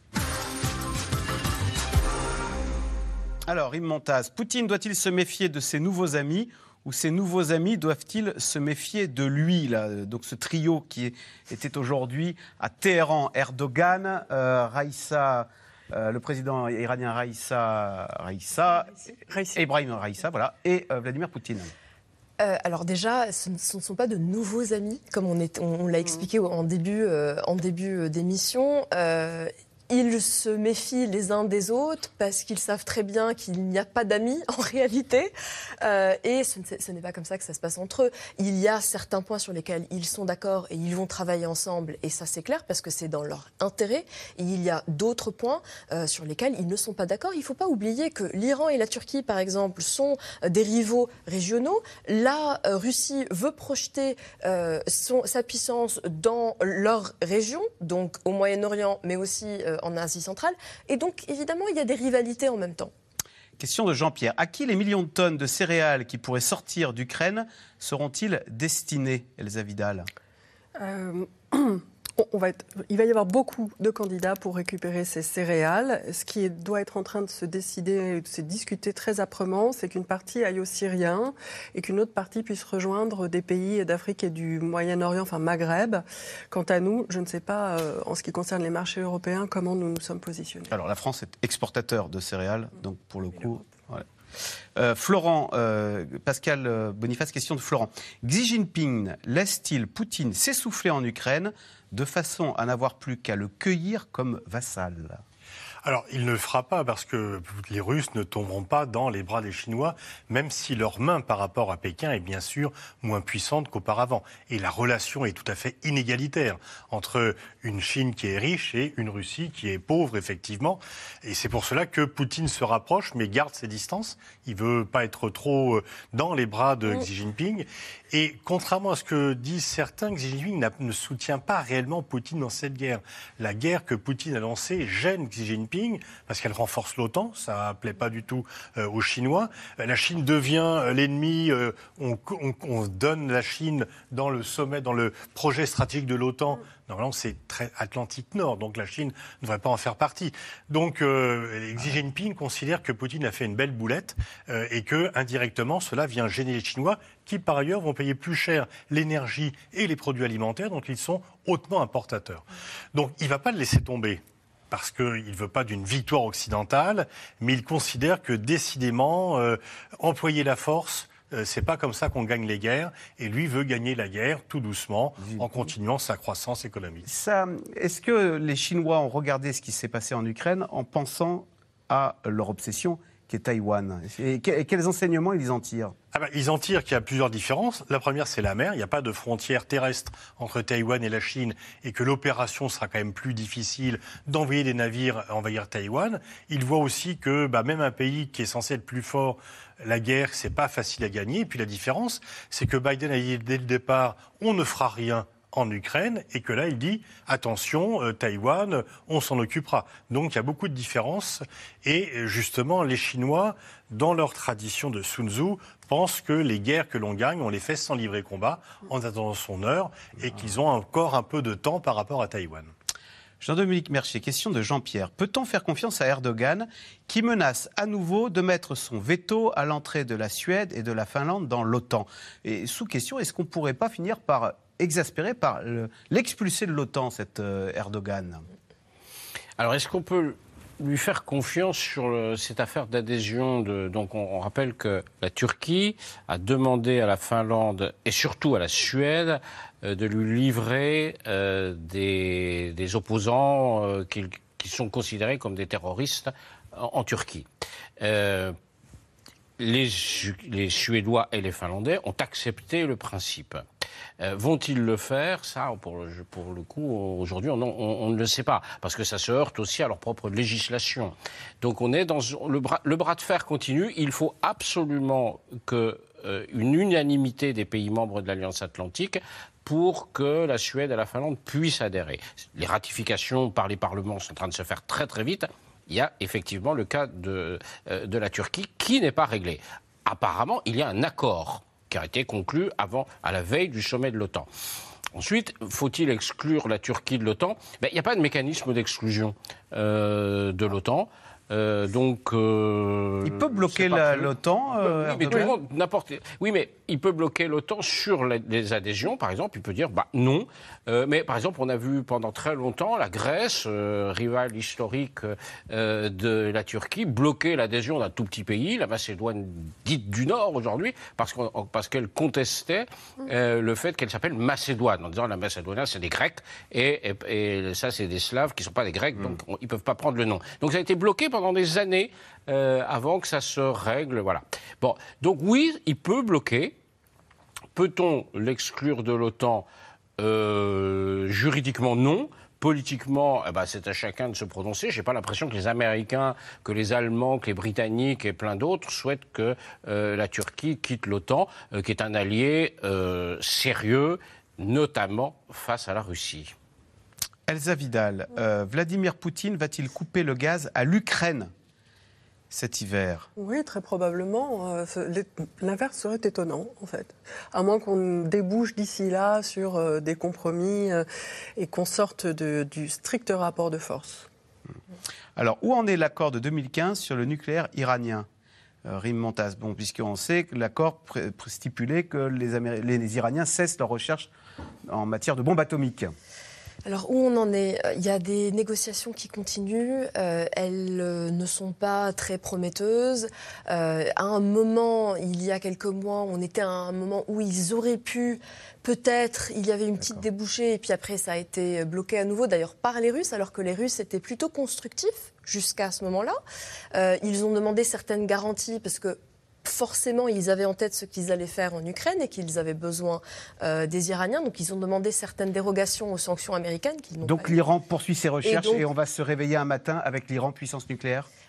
Alors, Yves Montaz, Poutine doit-il se méfier de ses nouveaux amis ou ses nouveaux amis doivent-ils se méfier de lui là? Donc ce trio qui était aujourd'hui à Téhéran, Erdogan, euh, Raïssa... Euh, le président iranien Raïssa, Raïssa, Raïssa. Ebrahim Raïssa, voilà, et euh, Vladimir Poutine. Euh, alors déjà, ce ne, ce ne sont pas de nouveaux amis, comme on, est, on, on l'a expliqué en début, euh, en début d'émission. Euh, Ils se méfient les uns des autres parce qu'ils savent très bien qu'il n'y a pas d'amis en réalité. Euh, et ce, ce n'est pas comme ça que ça se passe entre eux. Il y a certains points sur lesquels ils sont d'accord et ils vont travailler ensemble. Et ça, c'est clair parce que c'est dans leur intérêt. Et il y a d'autres points euh, sur lesquels ils ne sont pas d'accord. Il ne faut pas oublier que l'Iran et la Turquie, par exemple, sont euh, des rivaux régionaux. La euh, Russie veut projeter euh, son, sa puissance dans leur région, donc au Moyen-Orient, mais aussi euh, en Asie centrale. Et donc, évidemment, il y a des rivalités en même temps. Question de Jean-Pierre. À qui les millions de tonnes de céréales qui pourraient sortir d'Ukraine seront-ils destinés, Elsa Vidal ? euh... On va être, il va y avoir beaucoup de candidats pour récupérer ces céréales. Ce qui est, doit être en train de se décider, de se discuter très âprement, c'est qu'une partie aille aux Syriens et qu'une autre partie puisse rejoindre des pays d'Afrique et du Moyen-Orient, enfin Maghreb. Quant à nous, je ne sais pas, euh, en ce qui concerne les marchés européens, comment nous nous sommes positionnés. Alors la France est exportateur de céréales, donc pour le coup... Ouais. Euh, Florent, euh, Pascal Boniface, question de Florent. Xi Jinping laisse-t-il Poutine s'essouffler en Ukraine de façon à n'avoir plus qu'à le cueillir comme vassal ? Alors, il ne le fera pas parce que les Russes ne tomberont pas dans les bras des Chinois, même si leur main par rapport à Pékin est bien sûr moins puissante qu'auparavant. Et la relation est tout à fait inégalitaire entre une Chine qui est riche et une Russie qui est pauvre, effectivement. Et c'est pour cela que Poutine se rapproche, mais garde ses distances. Il ne veut pas être trop dans les bras de Xi Jinping. Et contrairement à ce que disent certains, Xi Jinping ne soutient pas réellement Poutine dans cette guerre. La guerre que Poutine a lancée gêne Xi Jinping Jinping, parce qu'elle renforce l'OTAN, ça ne plaît pas du tout euh, aux Chinois. La Chine devient euh, l'ennemi, euh, on, on, on donne la Chine dans le sommet, dans le projet stratégique de l'OTAN. Normalement, c'est très Atlantique Nord, donc la Chine ne devrait pas en faire partie. Donc, euh, Xi Jinping considère que Poutine a fait une belle boulette euh, et que, indirectement, cela vient gêner les Chinois, qui, par ailleurs, vont payer plus cher l'énergie et les produits alimentaires, donc ils sont hautement importateurs. Donc, il ne va pas le laisser tomber, parce qu'il ne veut pas d'une victoire occidentale, mais il considère que, décidément, euh, employer la force, c'est pas comme ça qu'on gagne les guerres, et lui veut gagner la guerre tout doucement en continuant sa croissance économique. Ça, est-ce que les Chinois ont regardé ce qui s'est passé en Ukraine en pensant à leur obsession qui est Taïwan? Et quels enseignements ils en tirent? Ah ben, ils en tirent qu'il y a plusieurs différences. La première, c'est la mer. Il n'y a pas de frontière terrestre entre Taïwan et la Chine et que l'opération sera quand même plus difficile d'envoyer des navires envahir Taïwan. Ils voient aussi que bah, même un pays qui est censé être plus fort, la guerre, c'est pas facile à gagner. Et puis la différence, c'est que Biden a dit dès le départ, on ne fera rien en Ukraine, et que là, il dit, attention, euh, Taïwan, on s'en occupera. Donc, il y a beaucoup de différences. Et justement, les Chinois, dans leur tradition de Sun Tzu, pensent que les guerres que l'on gagne, on les fait sans livrer combat, en attendant son heure, et qu'ils ont encore un peu de temps par rapport à Taïwan. Jean-Dominique Mercier, question de Jean-Pierre. Peut-on faire confiance à Erdogan, qui menace à nouveau de mettre son veto à l'entrée de la Suède et de la Finlande dans l'OTAN? Et sous question, est-ce qu'on ne pourrait pas finir par exaspéré par l'expulser de l'OTAN, cet euh, Erdogan? Alors, est-ce qu'on peut lui faire confiance sur le, cette affaire d'adhésion de, donc, on, on rappelle que la Turquie a demandé à la Finlande et surtout à la Suède euh, de lui livrer euh, des, des opposants euh, qui, qui sont considérés comme des terroristes en, en Turquie. Euh, les, les Suédois et les Finlandais ont accepté le principe. Euh, vont-ils le faire? Ça, pour le, pour le coup, aujourd'hui, on, on, on ne le sait pas, parce que ça se heurte aussi à leur propre législation. Donc on est dans le bras, le bras de fer continue. Il faut absolument que euh, une unanimité des pays membres de l'Alliance Atlantique pour que la Suède et la Finlande puissent adhérer. Les ratifications par les parlements sont en train de se faire très très vite. Il y a effectivement le cas de, euh, de la Turquie qui n'est pas réglé. Apparemment, il y a un accord qui a été conclu avant, à la veille du sommet de l'OTAN. Ensuite, faut-il exclure la Turquie de l'OTAN? Ben, il n'y a pas de mécanisme d'exclusion euh, de l'OTAN. Euh, donc, euh, il peut bloquer l'OTAN. Euh, oui, mais tout le monde, n'importe. Oui, mais il peut bloquer l'OTAN sur les, les adhésions, par exemple. Il peut dire, bah non. Euh, mais par exemple, on a vu pendant très longtemps la Grèce, euh, rivale historique euh, de la Turquie, bloquer l'adhésion d'un tout petit pays, la Macédoine dite du Nord aujourd'hui, parce qu'on, parce qu'elle contestait euh, le fait qu'elle s'appelle Macédoine, en disant la Macédoine, c'est des Grecs et, et, et ça, c'est des Slaves qui ne sont pas des Grecs, donc on, ils ne peuvent pas prendre le nom. Donc ça a été bloqué pendant des années euh, avant que ça se règle, voilà. Bon, donc oui, il peut bloquer. Peut-on l'exclure de l'OTAN? euh, Juridiquement, non. Politiquement, eh ben, c'est à chacun de se prononcer. Je n'ai pas l'impression que les Américains, que les Allemands, que les Britanniques et plein d'autres souhaitent que euh, la Turquie quitte l'OTAN, euh, qui est un allié euh, sérieux, notamment face à la Russie. Elsa Vidal, euh, Vladimir Poutine va-t-il couper le gaz à l'Ukraine cet hiver? Oui, très probablement. L'inverse serait étonnant, en fait. À moins qu'on débouche d'ici là sur euh, des compromis euh, et qu'on sorte de, du strict rapport de force. Alors, où en est l'accord de deux mille quinze sur le nucléaire iranien? euh, Rim Montas, bon, puisqu'on sait que l'accord stipulait que les, Améri- les Iraniens cessent leur recherche en matière de bombes atomiques. Alors, où on en est? Il y a des négociations qui continuent. Euh, elles euh, ne sont pas très prometteuses. Euh, à un moment, il y a quelques mois, on était à un moment où ils auraient pu, peut-être, il y avait une petite débouchée, et puis après, ça a été bloqué à nouveau, d'ailleurs par les Russes, alors que les Russes étaient plutôt constructifs jusqu'à ce moment-là. Euh, ils ont demandé certaines garanties, parce que forcément, ils avaient en tête ce qu'ils allaient faire en Ukraine et qu'ils avaient besoin euh, des Iraniens. Donc, ils ont demandé certaines dérogations aux sanctions américaines. Qu'ils n'ont donc, pas l'Iran poursuit ses recherches et, donc, et on va se réveiller un matin avec l'Iran puissance nucléaire?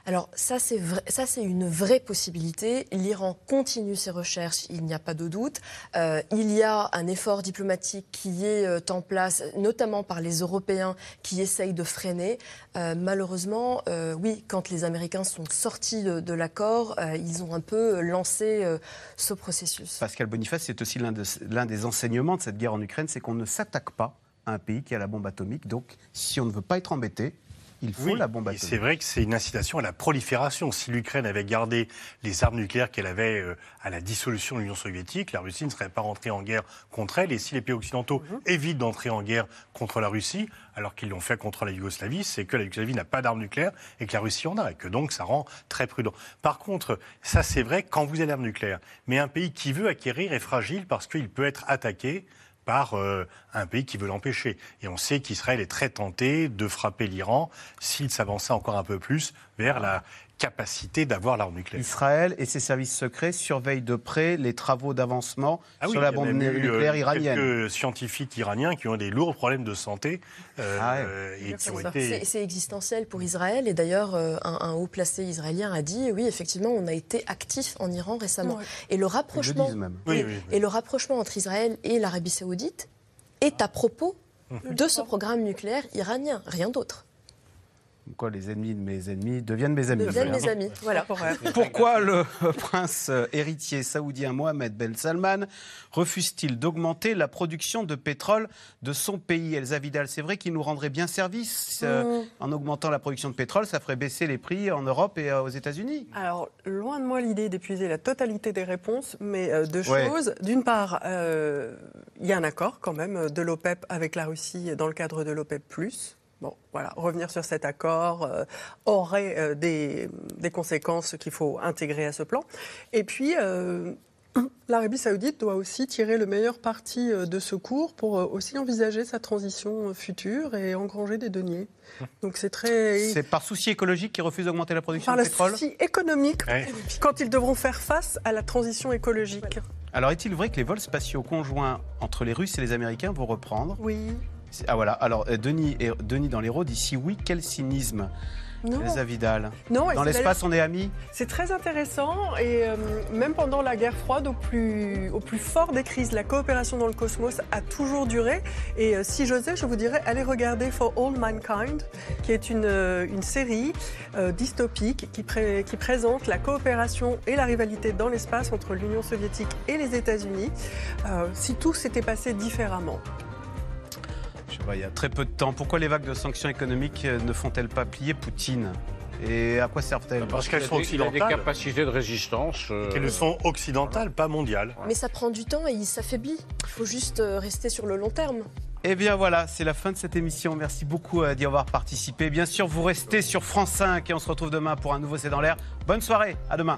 Alors ça c'est, vrai, ça, c'est une vraie possibilité. L'Iran continue ses recherches, il n'y a pas de doute. Euh, il y a un effort diplomatique qui est euh, en place, notamment par les Européens qui essayent de freiner. Euh, malheureusement, euh, oui, quand les Américains sont sortis de, de l'accord, euh, ils ont un peu lancé euh, ce processus. Pascal Boniface, c'est aussi l'un, de, l'un des enseignements de cette guerre en Ukraine, c'est qu'on ne s'attaque pas à un pays qui a la bombe atomique. Donc, si on ne veut pas être embêté, il faut oui, la bombe atomique. C'est vrai que c'est une incitation à la prolifération. Si l'Ukraine avait gardé les armes nucléaires qu'elle avait euh, à la dissolution de l'Union soviétique, la Russie ne serait pas rentrée en guerre contre elle. Et si les pays occidentaux mmh. évitent d'entrer en guerre contre la Russie, alors qu'ils l'ont fait contre la Yougoslavie, c'est que la Yougoslavie n'a pas d'armes nucléaires et que la Russie en a. Et que donc ça rend très prudent. Par contre, ça c'est vrai quand vous avez l'arme nucléaire. Mais un pays qui veut acquérir est fragile parce qu'il peut être attaqué par euh, un pays qui veut l'empêcher. Et on sait qu'Israël est très tenté de frapper l'Iran s'il s'avançait encore un peu plus vers la capacité d'avoir l'arme nucléaire. Israël et ses services secrets surveillent de près les travaux d'avancement ah sur oui, la bombe nucléaire eu, iranienne. Il y a quelques scientifiques iraniens qui ont des lourds problèmes de santé. Euh, ah ouais. et qui ont été... c'est, c'est existentiel pour Israël. Et d'ailleurs, un, un haut placé israélien a dit, oui, effectivement, on a été actif en Iran récemment. Ouais. Et le rapprochement, oui, oui, oui, oui. Et le rapprochement entre Israël et l'Arabie saoudite est à propos de ce programme nucléaire iranien, rien d'autre. Quoi, les ennemis de mes ennemis deviennent mes amis. Deviennent mes amis, voilà. Pourquoi le prince héritier saoudien Mohammed Ben Salman refuse-t-il d'augmenter la production de pétrole de son pays? Elsa Vidal, c'est vrai qu'il nous rendrait bien service euh, mmh. en augmentant la production de pétrole, ça ferait baisser les prix en Europe et euh, aux États-Unis. Alors, loin de moi l'idée d'épuiser la totalité des réponses, mais euh, deux ouais. choses. D'une part, il euh, y a un accord quand même de l'OPEP avec la Russie dans le cadre de l'OPEP plus. Bon, voilà, revenir sur cet accord euh, aurait euh, des, des conséquences qu'il faut intégrer à ce plan. Et puis, euh, l'Arabie saoudite doit aussi tirer le meilleur parti de ce cours pour euh, aussi envisager sa transition future et engranger des deniers. Donc c'est très... C'est par souci écologique qu'ils refusent d'augmenter la production par de pétrole? Par souci économique, ouais. quand ils devront faire face à la transition écologique. Voilà. Alors, est-il vrai que les vols spatiaux conjoints entre les Russes et les Américains vont reprendre? Oui. Ah voilà, alors Denis, Denis dans l'Hérault dit si oui, quel cynisme. Elsa Vidal. Non, dans l'espace, on est amis. C'est très intéressant et euh, même pendant la guerre froide, au plus, au plus fort des crises, la coopération dans le cosmos a toujours duré. Et euh, si j'osais, je vous dirais, allez regarder For All Mankind, qui est une, une série euh, dystopique qui, pré, qui présente la coopération et la rivalité dans l'espace entre l'Union soviétique et les États-Unis. Euh, si tout s'était passé différemment. Je vois, il y a très peu de temps. Pourquoi les vagues de sanctions économiques ne font-elles pas plier Poutine? Et à quoi servent-elles? Parce qu'elles sont occidentales. Il a des capacités de résistance. Euh... Qu'elles sont occidentales, pas mondiales. Mais ça prend du temps et il s'affaiblit. Il faut juste rester sur le long terme. Eh bien voilà, c'est la fin de cette émission. Merci beaucoup d'y avoir participé. Bien sûr, vous restez sur France cinq et on se retrouve demain pour un nouveau C'est dans l'air. Bonne soirée, à demain.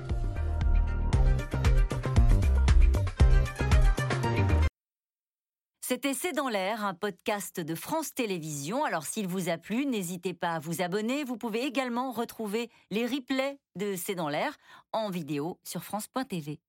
C'était C'est dans l'air, un podcast de France Télévisions. Alors s'il vous a plu, n'hésitez pas à vous abonner. Vous pouvez également retrouver les replays de C'est dans l'air en vidéo sur France point T V.